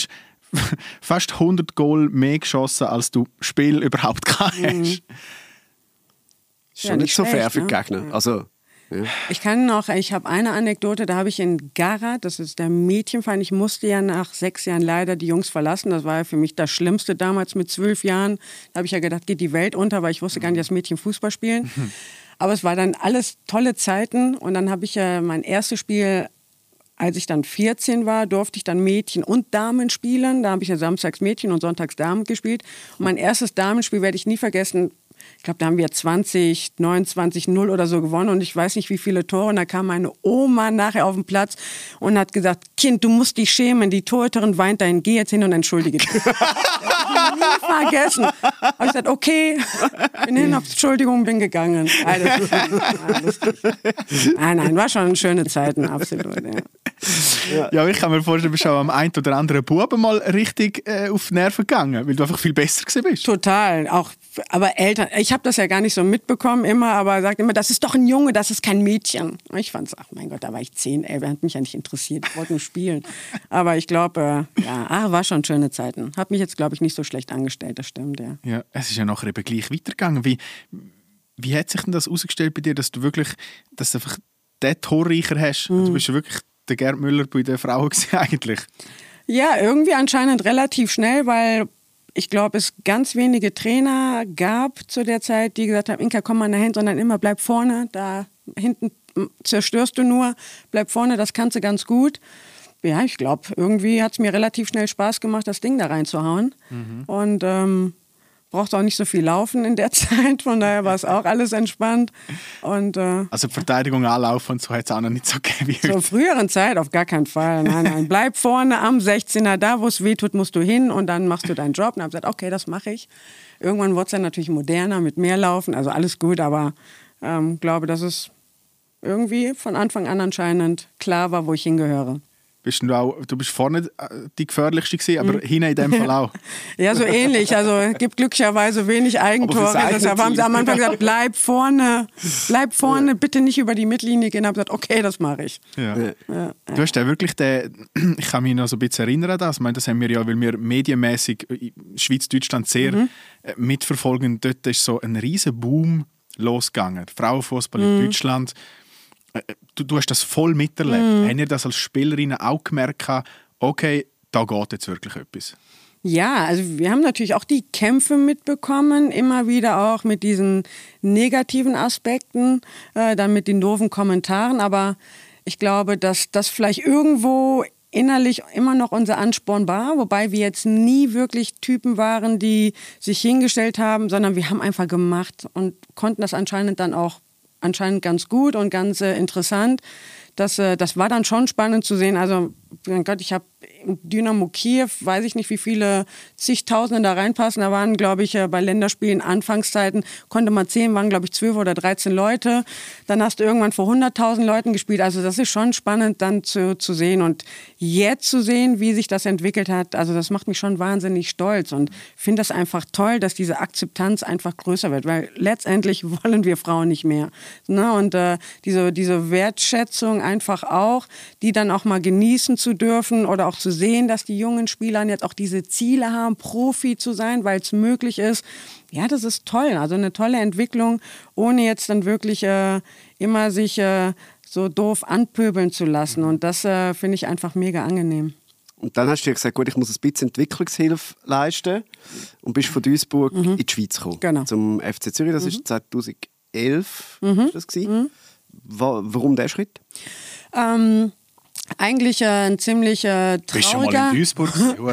fast hundert Goal mehr geschossen, als du Spiel überhaupt gehabt hast. Mhm. Ist schon ja, nicht, nicht so fair für die Gegner. Ne? Also, ja. Ich kann noch, ich habe eine Anekdote, da habe ich in Garat, das ist der Mädchenverein, ich musste ja nach sechs Jahren leider die Jungs verlassen. Das war ja für mich das Schlimmste damals mit zwölf Jahren. Da habe ich ja gedacht, geht die Welt unter, weil ich wusste gar nicht, dass Mädchen Fußball spielen. Mhm. Aber es war dann alles tolle Zeiten und dann habe ich ja mein erstes Spiel, als ich dann vierzehn war, durfte ich dann Mädchen und Damen spielen. Da habe ich ja samstags Mädchen und sonntags Damen gespielt. Und mein erstes Damenspiel werde ich nie vergessen. Ich glaube, da haben wir zwanzig, neunundzwanzig, null oder so gewonnen und ich weiß nicht, wie viele Tore. Und da kam meine Oma nachher auf den Platz und hat gesagt, Kind, du musst dich schämen, die Torhüterin weint dahin, geh jetzt hin und entschuldige dich. Das hab ich nie vergessen. Habe ich gesagt, okay, bin hin auf Entschuldigung, bin gegangen. Alles, alles nein, nein, war schon schöne Zeiten, absolut. Ja. Ja. ja, ich kann mir vorstellen, du bist auch am einen oder anderen Buben mal richtig äh, auf die Nerven gegangen, weil du einfach viel besser gewesen bist. Total, auch, aber Eltern, ich habe das ja gar nicht so mitbekommen immer, aber sagt immer, das ist doch ein Junge, das ist kein Mädchen. Ich fand's, ach mein Gott, da war ich zehn, ey, hat mich ja nicht interessiert, ich wollte nur spielen. Aber ich glaube, äh, ja, ach, war schon schöne Zeiten. Hat mich jetzt, glaube ich, nicht so schlecht angestellt, das stimmt, ja. Ja, es ist ja nachher eben gleich weitergegangen. Wie, wie hat sich denn das herausgestellt bei dir, dass du wirklich, dass du einfach den Torreicher hast? Mm. Du bist ja wirklich der Gerd Müller bei den Frauen gewesen, eigentlich. Ja, irgendwie anscheinend relativ schnell, weil ich glaube, es ganz wenige Trainer gab zu der Zeit, die gesagt haben, Inka, komm mal dahin, sondern immer bleib vorne, da hinten zerstörst du nur, bleib vorne, das kannst du ganz gut. Ja, ich glaube, irgendwie hat es mir relativ schnell Spaß gemacht, das Ding da reinzuhauen. Mhm. Und ähm, brauchte auch nicht so viel laufen in der Zeit, von daher war es auch alles entspannt. Und, äh, also die Verteidigung anlaufen und so hat es auch noch nicht so gegeben wie heute. Zur früheren Zeit auf gar keinen Fall. Nein, nein, bleib vorne am sechzehner, da wo es weh tut, musst du hin und dann machst du deinen Job. Und habe gesagt, okay, das mache ich. Irgendwann wurde es dann natürlich moderner, mit mehr Laufen, also alles gut, aber ich ähm, glaube, dass es irgendwie von Anfang an anscheinend klar war, wo ich hingehöre. Bist du, auch, du bist vorne die gefährlichste gewesen, aber mhm. hinten in dem Fall auch. Ja, so ähnlich. Also es gibt glücklicherweise wenig Eigentore. Deshalb haben sie am Anfang gesagt, bleib vorne, bleib vorne, ja. bitte nicht über die Mittellinie gehen. Ich habe gesagt, okay, das mache ich. Ja. Ja. Ja. Du hast ja wirklich den, ich kann mich noch so ein bisschen erinnern an das. Ich meine, das haben wir ja, weil wir medienmäßig Schweiz, Deutschland sehr mhm. mitverfolgen. Dort ist so ein riesen Boom losgegangen. Frauenfußball mhm. in Deutschland. Du, du hast das voll miterlebt. Mm. Haben ihr das als Spielerinnen auch gemerkt, okay, da geht jetzt wirklich etwas? Ja, also wir haben natürlich auch die Kämpfe mitbekommen, immer wieder auch mit diesen negativen Aspekten, äh, dann mit den doofen Kommentaren. Aber ich glaube, dass das vielleicht irgendwo innerlich immer noch unser Ansporn war, wobei wir jetzt nie wirklich Typen waren, die sich hingestellt haben, sondern wir haben einfach gemacht und konnten das anscheinend dann auch anscheinend ganz gut und ganz äh, interessant. Das, äh, das war dann schon spannend zu sehen. Also, mein Gott, ich habe in Dynamo Kiew, weiß ich nicht, wie viele zigtausende da reinpassen. Da waren, glaube ich, äh, bei Länderspielen Anfangszeiten, konnte man zählen, waren, glaube ich, zwölf oder dreizehn Leute. Dann hast du irgendwann vor hunderttausend Leuten gespielt. Also das ist schon spannend dann zu, zu sehen. Und jetzt zu sehen, wie sich das entwickelt hat, also das macht mich schon wahnsinnig stolz. Und finde das einfach toll, dass diese Akzeptanz einfach größer wird. Weil letztendlich wollen wir Frauen nicht mehr. Ne? Und äh, diese, diese Wertschätzung einfach auch, die dann auch mal genießen zu dürfen oder auch zu sehen, dass die jungen Spieler jetzt auch diese Ziele haben, Profi zu sein, weil es möglich ist. Ja, das ist toll. Also eine tolle Entwicklung, ohne jetzt dann wirklich äh, immer sich äh, so doof anpöbeln zu lassen. Und das äh, finde ich einfach mega angenehm. Und dann hast du ja gesagt, gut, ich muss ein bisschen Entwicklungshilfe leisten und bist von Duisburg mhm. in die Schweiz gekommen. Genau. Zum F C Zürich, das war mhm. zweitausendelf. Mhm. Das mhm. Warum der Schritt? Ähm, Eigentlich äh, ein ziemlich äh, trauriger... Bist schon mal in Duisburg?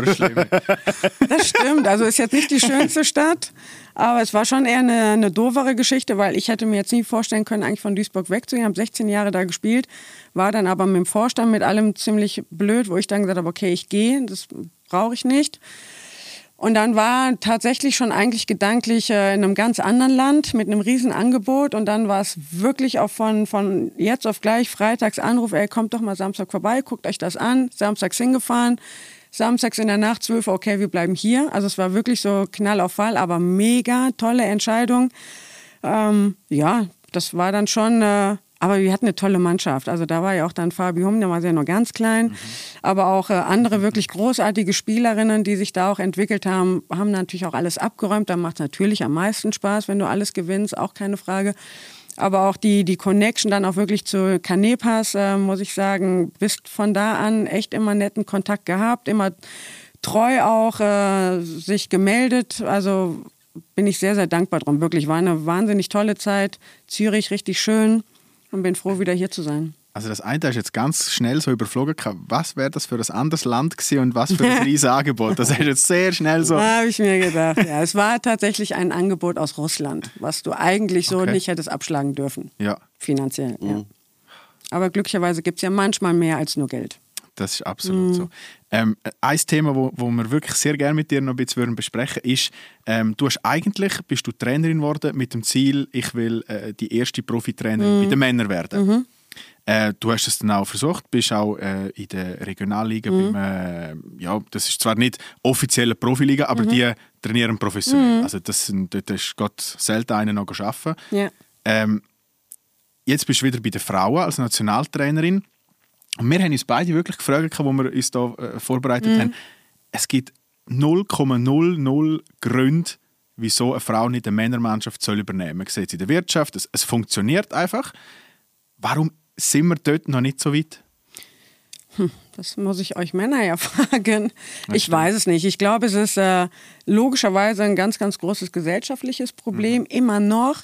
Das stimmt, also ist jetzt nicht die schönste Stadt, aber es war schon eher eine, eine doofere Geschichte, weil ich hätte mir jetzt nie vorstellen können, eigentlich von Duisburg wegzugehen. Ich habe sechzehn Jahre da gespielt, war dann aber mit dem Vorstand, mit allem ziemlich blöd, wo ich dann gesagt habe, okay, ich gehe, das brauche ich nicht. Und dann war tatsächlich schon eigentlich gedanklich äh, in einem ganz anderen Land mit einem riesen Angebot. Und dann war es wirklich auch von, von jetzt auf gleich freitags Anruf, ey, kommt doch mal Samstag vorbei, guckt euch das an. Samstags hingefahren, samstags in der Nacht, zwölf Uhr, okay, wir bleiben hier. Also es war wirklich so Knall auf Fall, aber mega tolle Entscheidung. Ähm, ja, das war dann schon... Äh, Aber wir hatten eine tolle Mannschaft. Also da war ja auch dann Fabi Humm, der war ja noch ganz klein. Mhm. Aber auch äh, andere wirklich großartige Spielerinnen, die sich da auch entwickelt haben, haben natürlich auch alles abgeräumt. Da macht es natürlich am meisten Spaß, wenn du alles gewinnst, auch keine Frage. Aber auch die, die Connection dann auch wirklich zu Canepas, äh, muss ich sagen, bist von da an echt immer netten Kontakt gehabt, immer treu auch äh, sich gemeldet. Also bin ich sehr, sehr dankbar drum. Wirklich, war eine wahnsinnig tolle Zeit. Zürich richtig schön und bin froh, wieder hier zu sein. Also das eine ist jetzt ganz schnell so überflogen. Was wäre das für ein anderes Land gewesen und was für ein riesiges Angebot? Das ist jetzt sehr schnell so. Da habe ich mir gedacht. Ja, es war tatsächlich ein Angebot aus Russland, was du eigentlich so Okay. nicht hättest abschlagen dürfen. Ja, Finanziell, Mhm. ja. Aber glücklicherweise gibt es ja manchmal mehr als nur Geld. das ist absolut Mhm. so. Ähm, ein Thema, wo, wo wir wirklich sehr gerne mit dir noch ein bisschen besprechen würden, ist, ähm, du hast eigentlich, bist du Trainerin geworden mit dem Ziel, ich will äh, die erste Profitrainerin Mhm. bei den Männern werden. Mhm. Äh, du hast es dann auch versucht, bist auch äh, in der Regionalliga, Mhm. beim, äh, ja, das ist zwar nicht offizielle Profiliga, aber mhm. die trainieren professionell. Mhm. Also das sind, dort ist Gott selten einer noch arbeiten. Ja. Ähm, jetzt bist du wieder bei den Frauen als Nationaltrainerin. Und wir haben uns beide wirklich gefragt, als wir uns da äh, vorbereitet Mhm. haben, es gibt null Komma null null Gründe, wieso eine Frau nicht eine Männermannschaft soll übernehmen soll. Man sieht es in der Wirtschaft, es, es funktioniert einfach. Warum sind wir dort noch nicht so weit? Hm, das muss ich euch Männer ja fragen. Das Ich stimmt. weiß es nicht. Ich glaube, es ist äh, logischerweise ein ganz, ganz großes gesellschaftliches Problem. Mhm. Immer noch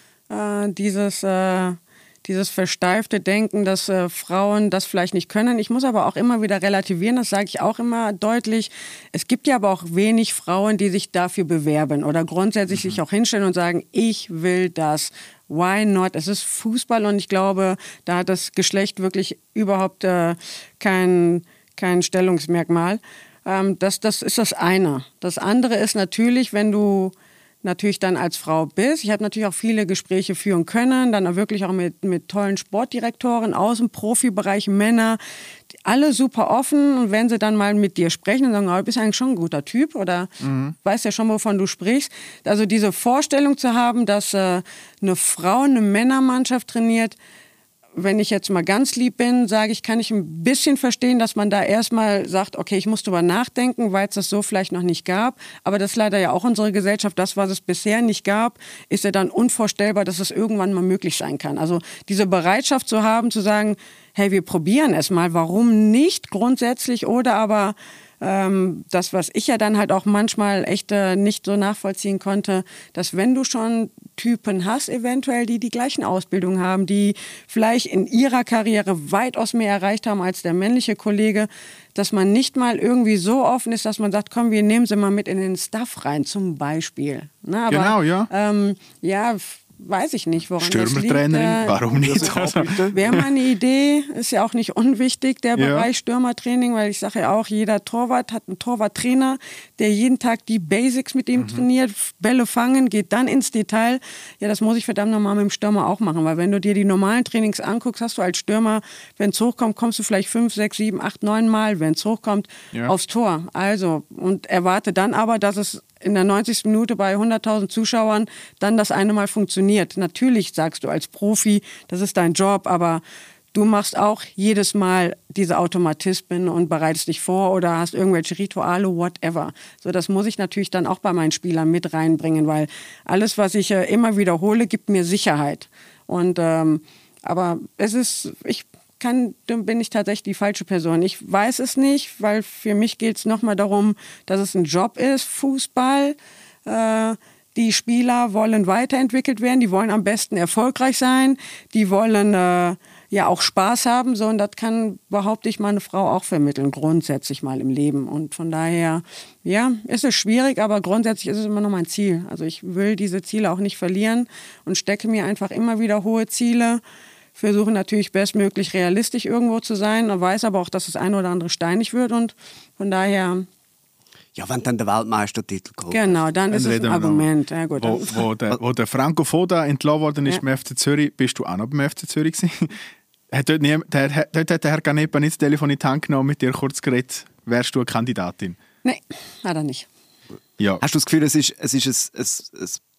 äh, dieses, äh, dieses versteifte Denken, dass äh, Frauen das vielleicht nicht können. Ich muss aber auch immer wieder relativieren, das sage ich auch immer deutlich. Es gibt ja aber auch wenig Frauen, die sich dafür bewerben oder grundsätzlich Mhm. sich auch hinstellen und sagen, ich will das. Why not? Es ist Fußball und ich glaube, da hat das Geschlecht wirklich überhaupt äh, kein, kein Stellungsmerkmal. Ähm, das, das ist das eine. Das andere ist natürlich, wenn du natürlich dann als Frau bist. Ich habe natürlich auch viele Gespräche führen können, dann auch wirklich auch mit, mit tollen Sportdirektoren aus dem Profibereich, Männer, die alle super offen. Und wenn sie dann mal mit dir sprechen und sagen, oh, du bist eigentlich schon ein guter Typ oder mhm. weißt ja schon, wovon du sprichst. Also diese Vorstellung zu haben, dass äh, eine Frau eine Männermannschaft trainiert, wenn ich jetzt mal ganz lieb bin, sage ich, kann ich ein bisschen verstehen, dass man da erstmal sagt, okay, ich muss drüber nachdenken, weil es das so vielleicht noch nicht gab. Aber das ist leider ja auch unsere Gesellschaft. Das, was es bisher nicht gab, ist ja dann unvorstellbar, dass es irgendwann mal möglich sein kann. Also diese Bereitschaft zu haben, zu sagen, hey, wir probieren es mal, warum nicht grundsätzlich oder aber ähm, das, was ich ja dann halt auch manchmal echt äh, nicht so nachvollziehen konnte, dass wenn du schon Typen hast, eventuell, die die gleichen Ausbildungen haben, die vielleicht in ihrer Karriere weitaus mehr erreicht haben als der männliche Kollege, dass man nicht mal irgendwie so offen ist, dass man sagt, komm, wir nehmen sie mal mit in den Staff rein, zum Beispiel. Na, aber, Genau, ja. Ähm, ja, weiß ich nicht, woran das liegt. Stürmertrainerin, Äh, warum nicht? Also, Wäre mal eine Idee, ist ja auch nicht unwichtig, der Ja. Bereich Stürmertraining, weil ich sage ja auch, jeder Torwart hat einen Torwarttrainer, der jeden Tag die Basics mit ihm Mhm. trainiert, Bälle fangen, geht dann ins Detail. Ja, das muss ich verdammt nochmal mit dem Stürmer auch machen, weil wenn du dir die normalen Trainings anguckst, hast du als Stürmer, wenn es hochkommt, kommst du vielleicht fünf, sechs, sieben, acht, neun Mal, wenn es hochkommt, Ja. aufs Tor. Also, und erwarte dann aber, dass es in der neunzigsten Minute bei hunderttausend Zuschauern dann das eine Mal funktioniert. Natürlich sagst du als Profi, das ist dein Job, aber du machst auch jedes Mal diese Automatismen und bereitest dich vor oder hast irgendwelche Rituale, whatever. So, das muss ich natürlich dann auch bei meinen Spielern mit reinbringen, weil alles, was ich äh, immer wiederhole, gibt mir Sicherheit. Und ähm, aber es ist, ich kann, dann bin ich tatsächlich die falsche Person. Ich weiß es nicht, weil für mich geht es nochmal darum, dass es ein Job ist, Fußball. Äh, die Spieler wollen weiterentwickelt werden, die wollen am besten erfolgreich sein, die wollen äh, ja auch Spaß haben. So, und das kann, behaupte ich, meine Frau auch vermitteln, grundsätzlich mal im Leben. Und von daher, ja, ist es schwierig, aber grundsätzlich ist es immer noch mein Ziel. Also ich will diese Ziele auch nicht verlieren und stecke mir einfach immer wieder hohe Ziele. Versuche natürlich bestmöglich realistisch irgendwo zu sein und weiß aber auch, dass das eine oder andere steinig wird und von daher... Ja, wenn dann der Weltmeistertitel kommt. Genau, dann, Dann ist es reden ein wir noch. Argument. Ja, gut, Wo, dann- wo, der, wo der Franco Foda entlassen worden ist Ja. beim F C Zürich, bist du auch noch beim F C Zürich gewesen? Hat dort, nie, der, dort hat der Herr Canepa nicht das Telefon in die Hand genommen, mit dir kurz geredet, wärst du eine Kandidatin? Nee, hat er nicht. Ja. Hast du das Gefühl, es ist, es ist ein, ein, ein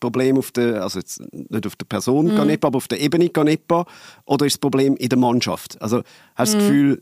Problem auf der, also jetzt nicht auf der Person Mhm. Canepa, aber auf der Ebene Canepa, oder ist das Problem in der Mannschaft? Also hast du das Gefühl,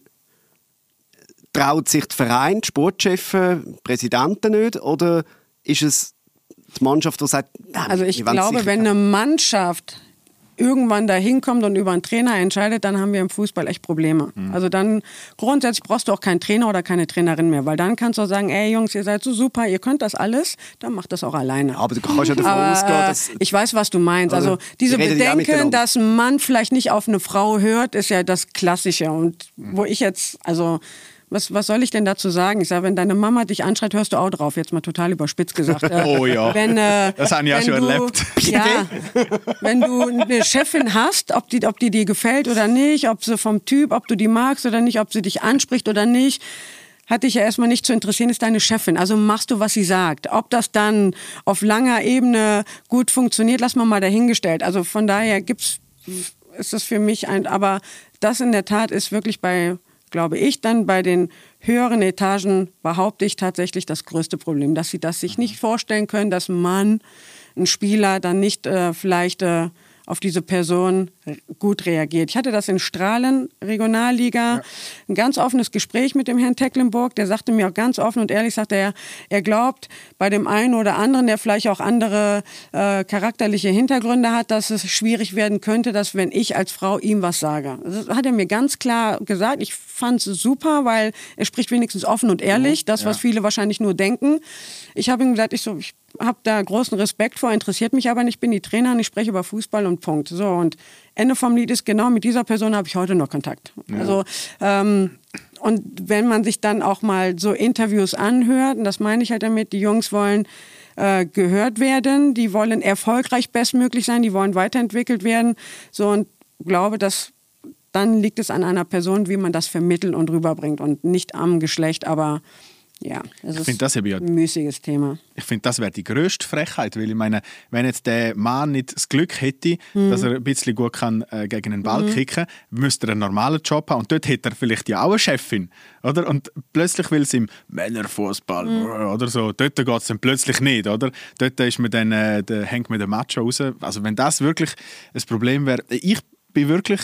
traut sich der Verein, die Sportchefs, Präsidenten nicht, oder ist es die Mannschaft, die sagt, nein, Also ich wir wollen glaube, sicher- wenn eine Mannschaft irgendwann dahin kommt und über einen Trainer entscheidet, dann haben wir im Fußball echt Probleme. Mhm. Also dann grundsätzlich brauchst du auch keinen Trainer oder keine Trainerin mehr, weil dann kannst du auch sagen, ey Jungs, ihr seid so super, ihr könnt das alles, dann macht das auch alleine. Aber du kannst ja davon Aber, ausgehen, äh, dass... ich weiß, was du meinst. Also, Also, diese die reden ja auch Bedenken, miteinander. dass ein Mann vielleicht nicht auf eine Frau hört, ist ja das Klassische. Und wo ich jetzt, also was, was soll ich denn dazu sagen? Ich sage, wenn deine Mama dich anschreit, hörst du auch drauf. Jetzt mal total überspitzt gesagt. Äh, Oh ja. wenn, äh, Das habe ich auch wenn schon du, erlebt. Ja, wenn du eine Chefin hast, ob die, ob die dir gefällt oder nicht, ob sie vom Typ, ob du die magst oder nicht, ob sie dich anspricht oder nicht, hat dich ja erstmal nicht zu interessieren, ist deine Chefin. Also machst du, was sie sagt. Ob das dann auf langer Ebene gut funktioniert, lass mal mal dahingestellt. Also von daher gibt's, ist das für mich ein, aber das in der Tat ist wirklich bei, glaube ich, dann bei den höheren Etagen, behaupte ich tatsächlich das größte Problem, dass sie das sich nicht vorstellen können, dass ein Mann, ein Spieler dann nicht äh, vielleicht äh, auf diese Person gut reagiert. Ich hatte das in Strahlen, Regionalliga, ja. ein ganz offenes Gespräch mit dem Herrn Tecklenburg. Der sagte mir auch ganz offen und ehrlich, sagte er, er glaubt bei dem einen oder anderen, der vielleicht auch andere äh, charakterliche Hintergründe hat, dass es schwierig werden könnte, dass wenn ich als Frau ihm was sage. Das hat er mir ganz klar gesagt. Ich fand es super, weil er spricht wenigstens offen und ehrlich. Das, was ja. viele wahrscheinlich nur denken. Ich habe ihm gesagt, ich so, ich habe da großen Respekt vor, interessiert mich aber nicht, ich bin die Trainerin, ich spreche über Fußball und Punkt. So, und Ende vom Lied ist, genau mit dieser Person habe ich heute noch Kontakt. Ja. Also, ähm, und wenn man sich dann auch mal so Interviews anhört, und das meine ich halt damit, die Jungs wollen äh, gehört werden, die wollen erfolgreich bestmöglich sein, die wollen weiterentwickelt werden. So, und glaube, dass dann liegt es an einer Person, wie man das vermittelt und rüberbringt und nicht am Geschlecht, aber ja, es ist das ein müßiges Thema. Ich finde, das wäre die grösste Frechheit, weil ich meine, wenn jetzt der Mann nicht das Glück hätte, mhm. dass er ein bisschen gut kann, äh, gegen einen Ball mhm. kicken kann, müsste er einen normalen Job haben und dort hätte er vielleicht ja auch eine Chefin, oder? Und plötzlich will es im Männerfußball mhm. oder so, dort geht es dann plötzlich nicht, oder? Dort ist man dann, äh, der, hängt man den Macho raus. Also wenn das wirklich ein Problem wäre, ich bin wirklich...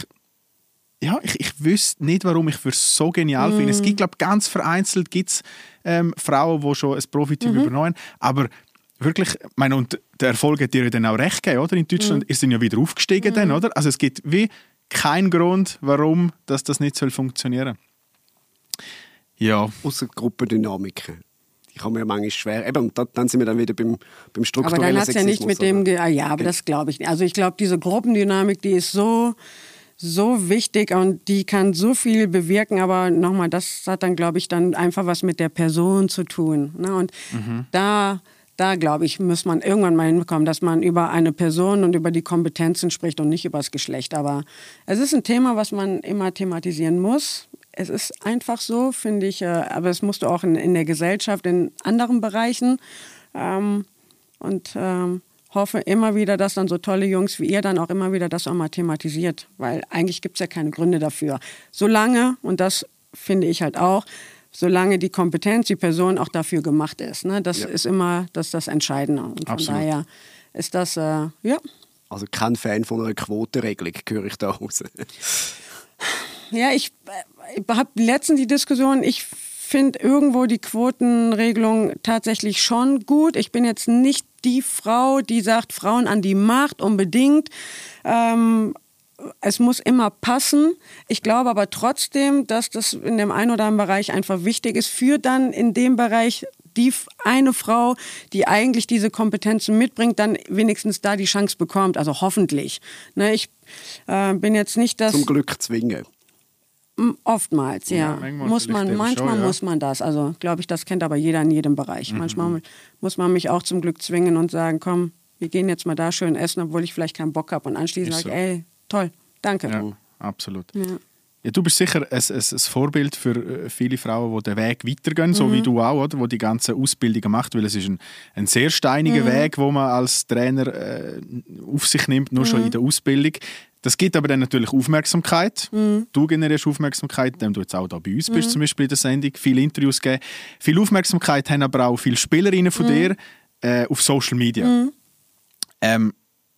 Ja, ich, ich wüsste nicht, warum ich es so genial mm. finde. Es gibt, glaube ich, ganz vereinzelt gibt's, ähm, Frauen, die schon ein Profityp mhm. übernommen haben. Aber wirklich, meine, und der Erfolg hat dir dann auch recht gegeben, oder? In Deutschland mm. ist dann ja wieder aufgestiegen, mm. dann, oder? Also es gibt wie keinen Grund, warum dass das nicht soll funktionieren soll. Ja. Ausser Gruppendynamiken. Die kann man ja manchmal schwer... Eben, da, dann sind wir dann wieder beim, beim strukturellen Aber dann hat es ja nicht mit dem... Ge- ah, ja, aber das glaube ich nicht. Also ich glaube, diese Gruppendynamik, die ist so... so wichtig und die kann so viel bewirken, aber nochmal, das hat dann, glaube ich, dann einfach was mit der Person zu tun. Ne? Und mhm. da, da, glaube ich, muss man irgendwann mal hinbekommen, dass man über eine Person und über die Kompetenzen spricht und nicht über das Geschlecht. Aber es ist ein Thema, was man immer thematisieren muss. Es ist einfach so, finde ich, aber es musst du auch in, in der Gesellschaft, in anderen Bereichen ähm, und ähm, hoffe immer wieder, dass dann so tolle Jungs wie ihr dann auch immer wieder das auch mal thematisiert. Weil eigentlich gibt es ja keine Gründe dafür. Solange, und das finde ich halt auch, solange die Kompetenz, die Person auch dafür gemacht ist. Ne? Das ja. ist immer das, das Entscheidende. Und von Absolut. daher ist das, äh, ja. Also kein Fan von einer Quotenregelung, höre ich da raus. Ja, ich, ich habe letztens die Diskussion, ich finde irgendwo die Quotenregelung tatsächlich schon gut. Ich bin jetzt nicht die Frau, die sagt, Frauen an die Macht unbedingt. Ähm, es muss immer passen. Ich glaube aber trotzdem, dass das in dem einen oder anderen Bereich einfach wichtig ist, für dann in dem Bereich die eine Frau, die eigentlich diese Kompetenzen mitbringt, dann wenigstens da die Chance bekommt. Also hoffentlich. Ne, ich äh, bin jetzt nicht das... Zum Glück zwingen. Oftmals, ja. ja muss man, manchmal schon, ja. muss man das. Also, glaube ich, das kennt aber jeder in jedem Bereich. Mhm. Manchmal muss man mich auch zum Glück zwingen und sagen, komm, wir gehen jetzt mal da schön essen, obwohl ich vielleicht keinen Bock habe. Und anschließend sage ich, so. ey, toll, danke. Ja, absolut. Ja. Ja, du bist sicher ein, ein, ein Vorbild für viele Frauen, die den Weg weitergehen, mhm. so wie du auch, oder? Die die ganze Ausbildung macht, weil es ist ein, ein sehr steiniger mhm. Weg, wo man als Trainer äh, auf sich nimmt, nur mhm. schon in der Ausbildung. Das gibt aber dann natürlich Aufmerksamkeit. Mhm. Du generierst Aufmerksamkeit, indem du jetzt auch da bei uns bist, mhm. zum Beispiel in der Sendung, viele Interviews geben. Viel Aufmerksamkeit haben aber auch viele Spielerinnen von mhm. dir äh, auf Social Media. Mhm. Ähm,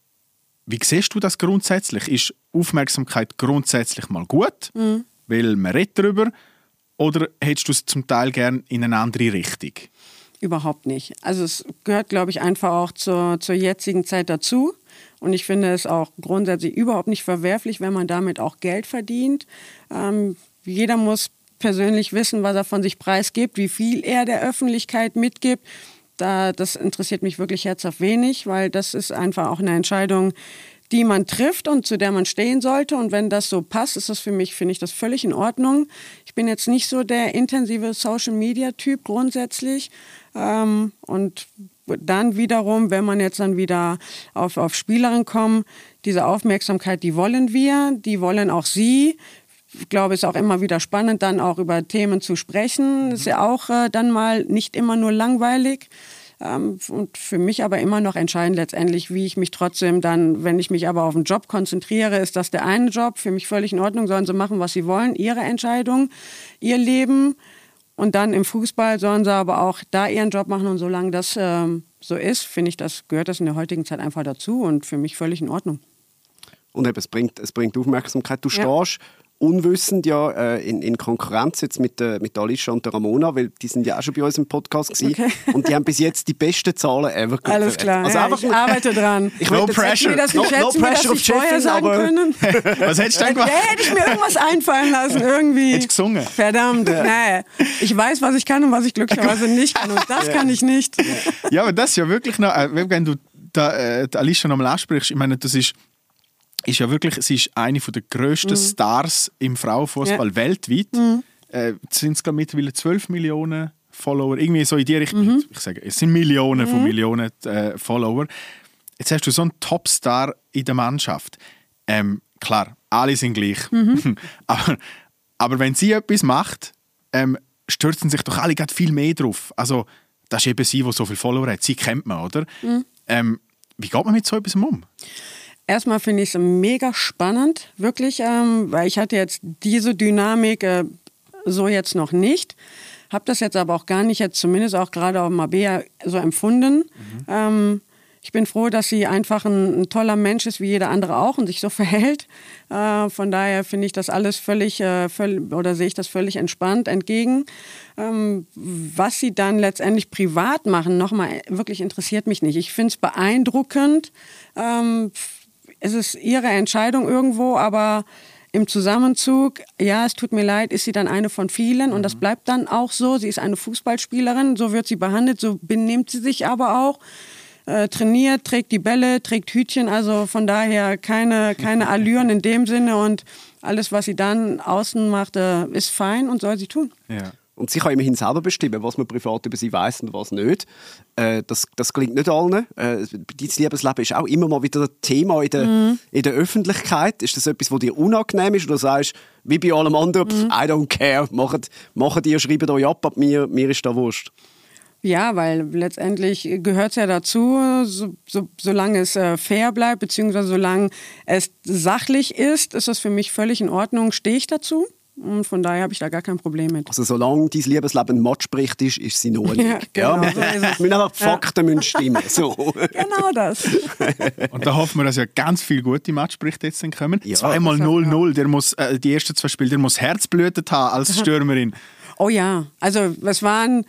wie siehst du das grundsätzlich? Ist Aufmerksamkeit grundsätzlich mal gut, mhm. weil man redet darüber, oder hättest du es zum Teil gern in eine andere Richtung? Überhaupt nicht. Also es gehört, glaube ich, einfach auch zur, zur jetzigen Zeit dazu. Und ich finde es auch grundsätzlich überhaupt nicht verwerflich, wenn man damit auch Geld verdient. Ähm, jeder muss persönlich wissen, was er von sich preisgibt, wie viel er der Öffentlichkeit mitgibt. Da, das interessiert mich wirklich herzhaft wenig, weil das ist einfach auch eine Entscheidung, die man trifft und zu der man stehen sollte. Und wenn das so passt, ist das für mich, finde ich das völlig in Ordnung. Ich bin jetzt nicht so der intensive Social-Media-Typ grundsätzlich. Ähm, und dann wiederum, wenn man jetzt dann wieder auf, auf Spielerinnen kommt, diese Aufmerksamkeit, die wollen wir, die wollen auch sie. Ich glaube, es ist auch immer wieder spannend, dann auch über Themen zu sprechen. Ist ja auch äh, dann mal nicht immer nur langweilig. Ähm, und für mich aber immer noch entscheidend letztendlich, wie ich mich trotzdem dann, wenn ich mich aber auf den Job konzentriere, ist das der eine Job, für mich völlig in Ordnung, sollen sie machen, was sie wollen, ihre Entscheidung, ihr Leben. Und dann im Fußball sollen sie aber auch da ihren Job machen. Und solange das ähm, so ist, finde ich, das gehört das in der heutigen Zeit einfach dazu und für mich völlig in Ordnung. Und eben, es bringt, es bringt Aufmerksamkeit. Du Ja. stehst unwissend ja äh, in, in Konkurrenz jetzt mit, äh, mit Alicia und der Ramona, weil die sind ja auch schon bei uns im Podcast gewesen. Okay. Und die haben bis jetzt die besten Zahlen ever geliefert. Alles klar, Also ja, einfach, ich arbeite dran. Ich No will jetzt- pressure. Hätten wir das No- nicht no schätzen, wir das pressure nicht auf vorher Chefin, sagen aber- können? Was hättest du denn Ja, gemacht? hätte ich mir irgendwas einfallen lassen, irgendwie. Hättest du gesungen? Verdammt, nee. Ich weiß, was ich kann und was ich glücklicherweise nicht kann. Und das kann ich nicht. Ja, aber das ist ja wirklich noch, äh, wenn du da, äh, die Alicia nochmal ansprichst, ich meine, das ist, ist ja wirklich, sie ist eine der grössten Mhm. Stars im Frauenfußball Ja. weltweit. Mhm. Äh, sind es, glaube ich, mittlerweile zwölf Millionen Follower, irgendwie so in die Richtung. Mhm. Ich sage, es sind Millionen von Millionen äh, Follower. Jetzt hast du so einen Topstar in der Mannschaft. Ähm, klar, alle sind gleich. Mhm. aber, aber wenn sie etwas macht, ähm, stürzen sich doch alle gerade viel mehr drauf. Also, das ist eben sie, die so viele Follower hat. Sie kennt man, oder? Mhm. Ähm, wie geht man mit so etwas um? Erstmal finde ich es mega spannend, wirklich, ähm, weil ich hatte jetzt diese Dynamik äh, so jetzt noch nicht. Habe das jetzt aber auch gar nicht, jetzt zumindest auch gerade auf Mabea so empfunden. Mhm. Ähm, ich bin froh, dass sie einfach ein, ein toller Mensch ist, wie jeder andere auch und sich so verhält. Äh, von daher finde ich das alles völlig, äh, völlig, oder sehe ich das völlig entspannt entgegen. Ähm, was sie dann letztendlich privat machen, nochmal, wirklich interessiert mich nicht. Ich finde es beeindruckend. Ähm, es ist ihre Entscheidung irgendwo, aber im Zusammenzug, ja, es tut mir leid, ist sie dann eine von vielen und das bleibt dann auch so. Sie ist eine Fußballspielerin, so wird sie behandelt, so benimmt sie sich aber auch. Äh, trainiert, trägt die Bälle, trägt Hütchen, also von daher keine, keine Allüren in dem Sinne und alles, was sie dann außen macht, äh, ist fein und soll sie tun. Ja. Und sie kann immerhin selber bestimmen, was man privat über sie weiss und was nicht. Äh, das, das gelingt nicht allen. Äh, dein Liebesleben ist auch immer mal wieder ein Thema in der, mhm. in der Öffentlichkeit. Ist das etwas, das dir unangenehm ist? Oder sagst wie bei allem anderen, pff, I don't care, macht, macht ihr, schreibt euch ab, ab mir, mir ist da Wurst. Ja, weil letztendlich gehört es ja dazu, so, so, solange es äh, fair bleibt, beziehungsweise solange es sachlich ist, ist das für mich völlig in Ordnung, stehe ich dazu. Und von daher habe ich da gar kein Problem mit. Also solange dein Liebesleben Matschbericht ist, ist sie noch nicht. Ja, genau, ja, so ist es. müssen einfach die Fakten müssen stimmen. So. Genau das. Und da hoffen wir, dass ja ganz viele gute Matchberichte jetzt dann kommen. Ja. Zweimal null null, der muss, äh, die ersten zwei Spiele, der muss Herzblutet haben als Stürmerin. Oh ja, also es waren...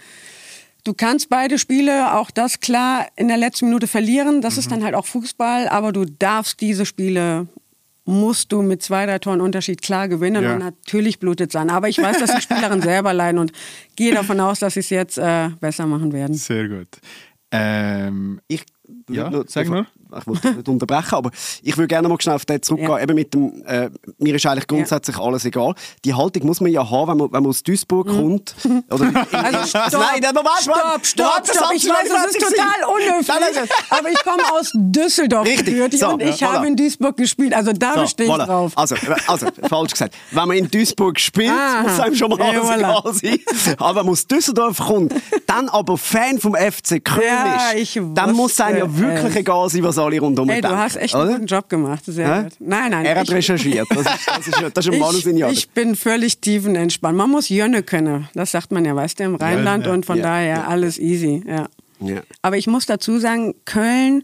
Du kannst beide Spiele, auch das klar, in der letzten Minute verlieren. Das mhm. ist dann halt auch Fußball. Aber du darfst diese Spiele, musst du mit zwei, drei Toren Unterschied klar gewinnen. Ja. Und natürlich blutet es an. Aber ich weiß, dass die Spielerinnen selber leiden und gehe davon aus, dass sie es jetzt äh, besser machen werden. Sehr gut. Ähm, Ich, Ja, nur, sag nur. Ich wollte nicht unterbrechen, aber ich würde gerne mal schnell auf den zurückgehen. Ja. Eben mit dem, äh, mir ist eigentlich grundsätzlich ja. alles egal. Die Haltung muss man ja haben, wenn man, wenn man aus Duisburg mhm. kommt. Oder Also stopp, nein, der Moment, stopp, stopp, stopp. Ich weiß, das ist total unhöflich, aber ich komme aus Düsseldorf gebürtig so, und ich ja, habe voilà. in Duisburg gespielt. Also da So, bestehe ich voilà. drauf. Also, also, falsch gesagt. Wenn man in Duisburg spielt, Aha. muss einem schon mal Ja, alles voilà. egal sein. Aber wenn man aus Düsseldorf kommt, dann aber Fan vom F C Köln Ja, ist, ich dann muss es einem ja wusste wirklich es. egal sein, was alle rundum Hey, du denken. hast echt oder? einen guten Job gemacht. Sehr Hä? gut. Nein, nein. Er hat ich, recherchiert. Das ist, das ist, das ist ein Mann aus ich, Jahren. ich bin völlig tiefenentspannt. Man muss Jönne können. Das sagt man ja, weißt du, im Rheinland. ja. Und von Ja, daher ja. alles easy. Ja. Ja. Aber ich muss dazu sagen, Köln,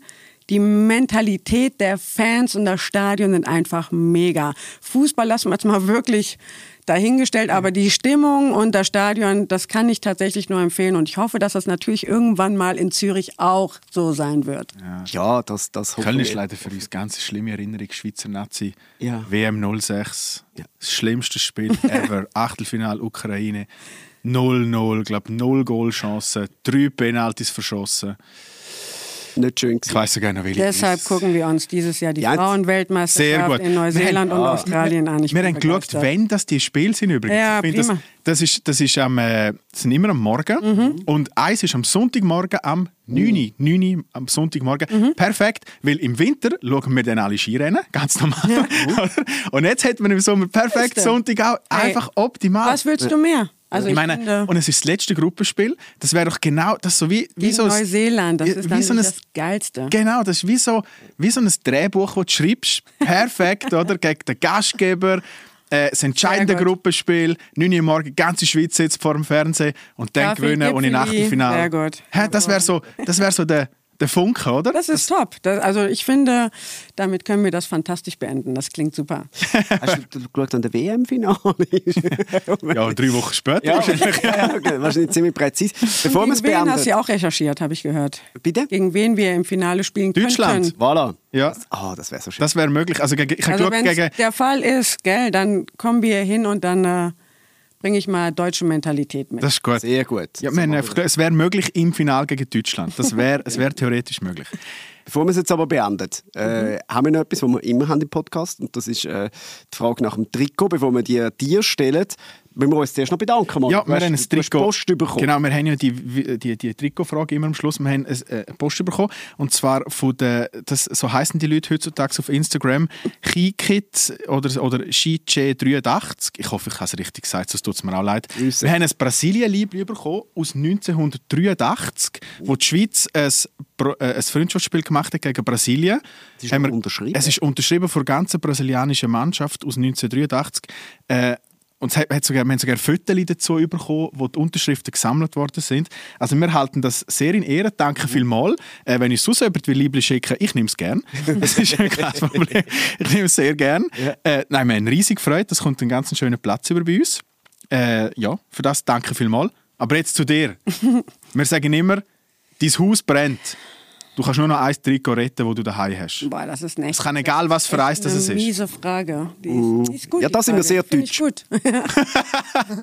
die Mentalität der Fans und das Stadion sind einfach mega. Fußball lassen wir jetzt mal wirklich dahingestellt, aber die Stimmung und das Stadion, das kann ich tatsächlich nur empfehlen und ich hoffe, dass das natürlich irgendwann mal in Zürich auch so sein wird. Ja, ja das, das Köln ist leider für uns ganz schlimme Erinnerung, Schweizer Nazi, ja. W M null sechs, ja. das schlimmste Spiel ever, Achtelfinale Ukraine, null null, glaube null Goalchancen, drei Penalties verschossen. Nicht schön Ich weiss sogar noch, welche. Deshalb gucken wir uns dieses Jahr die Ja, Frauenweltmeisterschaft in Neuseeland haben, und ah, Australien an. Ich wir bin haben geschaut, begeistert. wenn das die Spiele sind übrigens. Ja, ich find, prima. das, das, ist, das, ist am, äh, das sind immer am Morgen Mhm. und eins ist am Sonntagmorgen am neun Uhr. neun Uhr am Sonntagmorgen. Mhm. Perfekt, weil im Winter schauen wir dann alle Skirennen, ganz normal. Und jetzt hätten wir im Sommer perfekt Siehste. Sonntag auch Hey, einfach optimal. Was willst du mehr? Also ich meine, finde, und es ist das letzte Gruppenspiel. Das wäre doch genau das so wie, wie gegen so ein- Neuseeland, das wie- ist wie dann so ein- das Geilste. Genau, das ist wie so, wie so ein Drehbuch, das du schreibst. Perfekt, oder? Gegen den Gastgeber. Äh, das entscheidende Sehr gut. Gruppenspiel. neun Uhr morgens, die ganze Schweiz sitzt vor dem Fernsehen und dann Kaffee, gewinnen und in Gipfeli. Achtelfinale. Sehr gut. Hä, das wäre so, das wär so der, der Funke, oder? Das ist top. Das, also ich finde, damit können wir das fantastisch beenden. Das klingt super. Hast du geschaut an der W M-Finale? Ja, drei Wochen später ja, wahrscheinlich. ja, okay. Wahrscheinlich ziemlich präzise. Bevor wir es Gegen wen hast beenden. du ja auch recherchiert, habe ich gehört. Bitte? Gegen wen wir im Finale spielen Deutschland. könnten. Voilà. Ja, Ah, das wäre so schön. das wäre möglich. Also, gegen- ich habe Also geschaut wenn gegen... es der Fall ist, gell, dann kommen wir hin und dann äh, bringe ich mal deutsche Mentalität mit. Das ist gut. Sehr gut. Ja, So wir haben machen einfach, es wäre möglich im Finale gegen Deutschland. Das wäre es wär theoretisch möglich. Bevor wir es jetzt aber beenden, äh, haben wir noch etwas, was wir immer haben im Podcast. Und das ist äh, die Frage nach dem Trikot. Bevor wir die dir stellen, müssen wir uns zuerst noch bedanken. Mann. Ja, Du wir hast- haben ein du hast Trikot. Post bekommen. Genau, wir haben ja die, die, die Trikotfrage immer am Schluss. Wir haben eine Post bekommen. Und zwar von den, das, so heissen die Leute heutzutage auf Instagram, Chikit oder, oder Shiche dreiundachtzig. Ich hoffe, ich habe es richtig gesagt, sonst tut es mir auch leid. Grüße. Wir haben ein Brasilien-Liebling bekommen aus neunzehnhundertdreiundachtzig, wo die Schweiz ein, Pro- äh, ein Freundschaftsspiel gemacht hat gegen Brasilien. Das ist Haben noch wir- unterschrieben? Es ist unterschrieben von der ganzen brasilianischen Mannschaft aus neunzehnhundertdreiundachtzig. Äh, und es hat, hat sogar, wir haben sogar Fotos dazu bekommen, wo die Unterschriften gesammelt worden sind. Also wir halten das sehr in Ehren. Danke vielmals. Äh, wenn ich es sonst jemand will Liebling schicken, ich nehme es gerne. Das ist kein Problem. Ich nehme es sehr gerne. Ja. Äh, nein, wir haben riesig gefreut. Das kommt einen ganz schönen Platz über bei uns. Äh, ja, für das danke vielmals. Aber jetzt zu dir. Wir sagen immer, dein Haus brennt. Du kannst nur noch ein Trikot retten, das du daheim hast. Boah, das ist nicht. Es kann egal, was für eins das eine es ist. miese Frage. Die ist, die ist gut, Ja, die da sind wir Frage. sehr Finde ich deutsch. gut.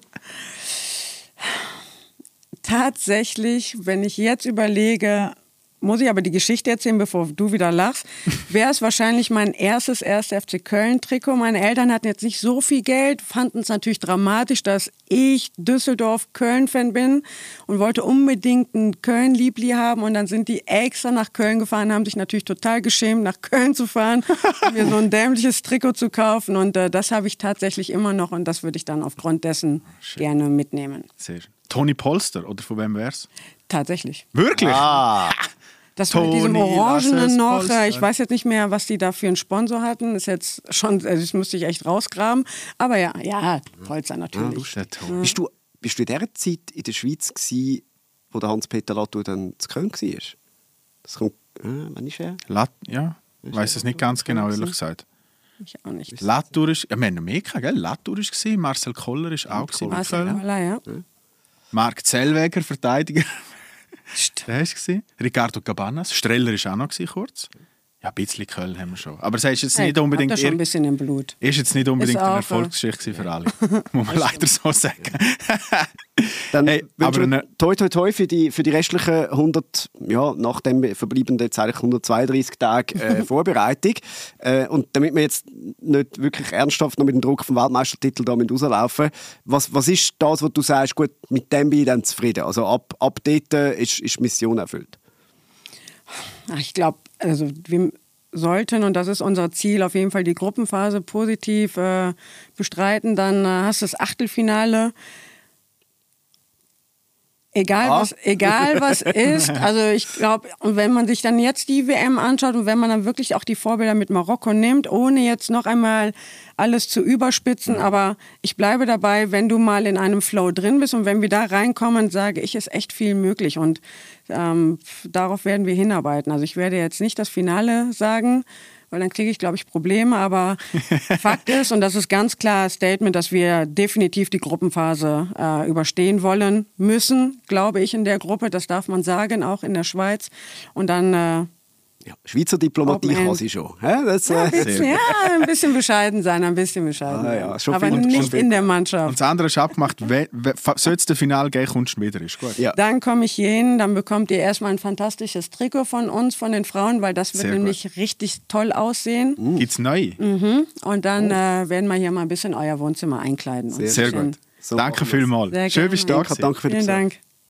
Tatsächlich, wenn ich jetzt überlege, muss ich aber die Geschichte erzählen, bevor du wieder lachst, wäre es wahrscheinlich mein erstes erster F C Köln-Trikot. Meine Eltern hatten jetzt nicht so viel Geld, fanden es natürlich dramatisch, dass ich Düsseldorf-Köln-Fan bin und wollte unbedingt ein Köln-Liebli haben. Und dann sind die extra nach Köln gefahren, haben sich natürlich total geschämt, nach Köln zu fahren, um mir so ein dämliches Trikot zu kaufen. Und äh, das habe ich tatsächlich immer noch und das würde ich dann aufgrund dessen gerne mitnehmen. Sehr schön. Toni Polster, oder von wem wär's? Tatsächlich. Wirklich? Ah, Das mit diesem Toni, lass es Orangenen noch, polstern. äh, ich weiß jetzt nicht mehr, was die da für einen Sponsor hatten. Ist jetzt schon, also das müsste ich echt rausgraben. Aber ja, ja, Polster natürlich. Der Toni. bist, du, bist du in dieser Zeit in der Schweiz gewesen, wo der Hans-Peter Latour dann zu Köln war? Das kommt, äh, wann ist er? Lat ja, ich weiß es nicht ganz genau, ehrlich gesagt. Ich auch nicht. Latour ist, ja, wir haben noch mehr gehabt, gell? Latour ist gewesen, Marcel Koller ist auch gewesen bei Marcel Köln. Koller, ja. Marc Zellweger, Verteidiger, St- der war gewesen. Ricardo Cabanas, Streller ist auch noch gewesen, kurz. Ja, ein bisschen Köln haben wir schon. Aber es ist jetzt Hey, nicht unbedingt... habt ihr schon ein ir- bisschen im Blut. ist jetzt nicht unbedingt Ist eine auch, äh, Erfolgsgeschichte für alle. Muss man leider so sagen. Dann Hey, wünschen aber wir ne- toi toi toi für die, für die restlichen hundert, ja, nach dem verbleibenden jetzt eigentlich hundertzweiunddreißig Tage äh, Vorbereitung. Äh, und damit wir jetzt nicht wirklich ernsthaft noch mit dem Druck vom Weltmeistertitel da mit rauslaufen, was, was ist das, was du sagst, gut, mit dem bin ich dann zufrieden? Also ab, ab dort äh, ist, ist die Mission erfüllt. Ach, ich glaube, also wir sollten, und das ist unser Ziel, auf jeden Fall die Gruppenphase positiv äh, bestreiten. Dann äh, hast du das Achtelfinale. Egal, Ah. was, egal was ist, also ich glaube, und wenn man sich dann jetzt die W M anschaut und wenn man dann wirklich auch die Vorbilder mit Marokko nimmt, ohne jetzt noch einmal alles zu überspitzen, aber ich bleibe dabei, wenn du mal in einem Flow drin bist und wenn wir da reinkommen, sage ich, ist echt viel möglich und ähm, darauf werden wir hinarbeiten. Also ich werde jetzt nicht das Finale sagen, weil dann kriege ich, glaube ich, Probleme. Aber Fakt ist, und das ist ganz klar Statement, dass wir definitiv die Gruppenphase äh, überstehen wollen müssen, glaube ich, in der Gruppe. Das darf man sagen, auch in der Schweiz. Und dann... Äh, Ja, Schweizer Diplomatie Open kann End. sie schon. Hä? Das, ja, ein äh, bisschen, ja, ein bisschen bescheiden sein, ein bisschen bescheiden Ah, ja, sein. schon Aber viel- nicht schon viel- in der Und Mannschaft. das andere ist abgemacht, sollte es das Finale geben, kommst du wieder, ist gut. ja. Dann komme ich hier hin, dann bekommt ihr erstmal ein fantastisches Trikot von uns, von den Frauen, weil das wird Sehr nämlich richtig toll aussehen. Gibt es neu? Und dann äh, werden wir hier mal ein bisschen euer Wohnzimmer einkleiden. und ein Sehr bisschen- gut. So Danke machen wir's. vielmals. Sehr Schön, gerne. bist du da Danke, gewesen. danke für den Vielen Besuch. Dank.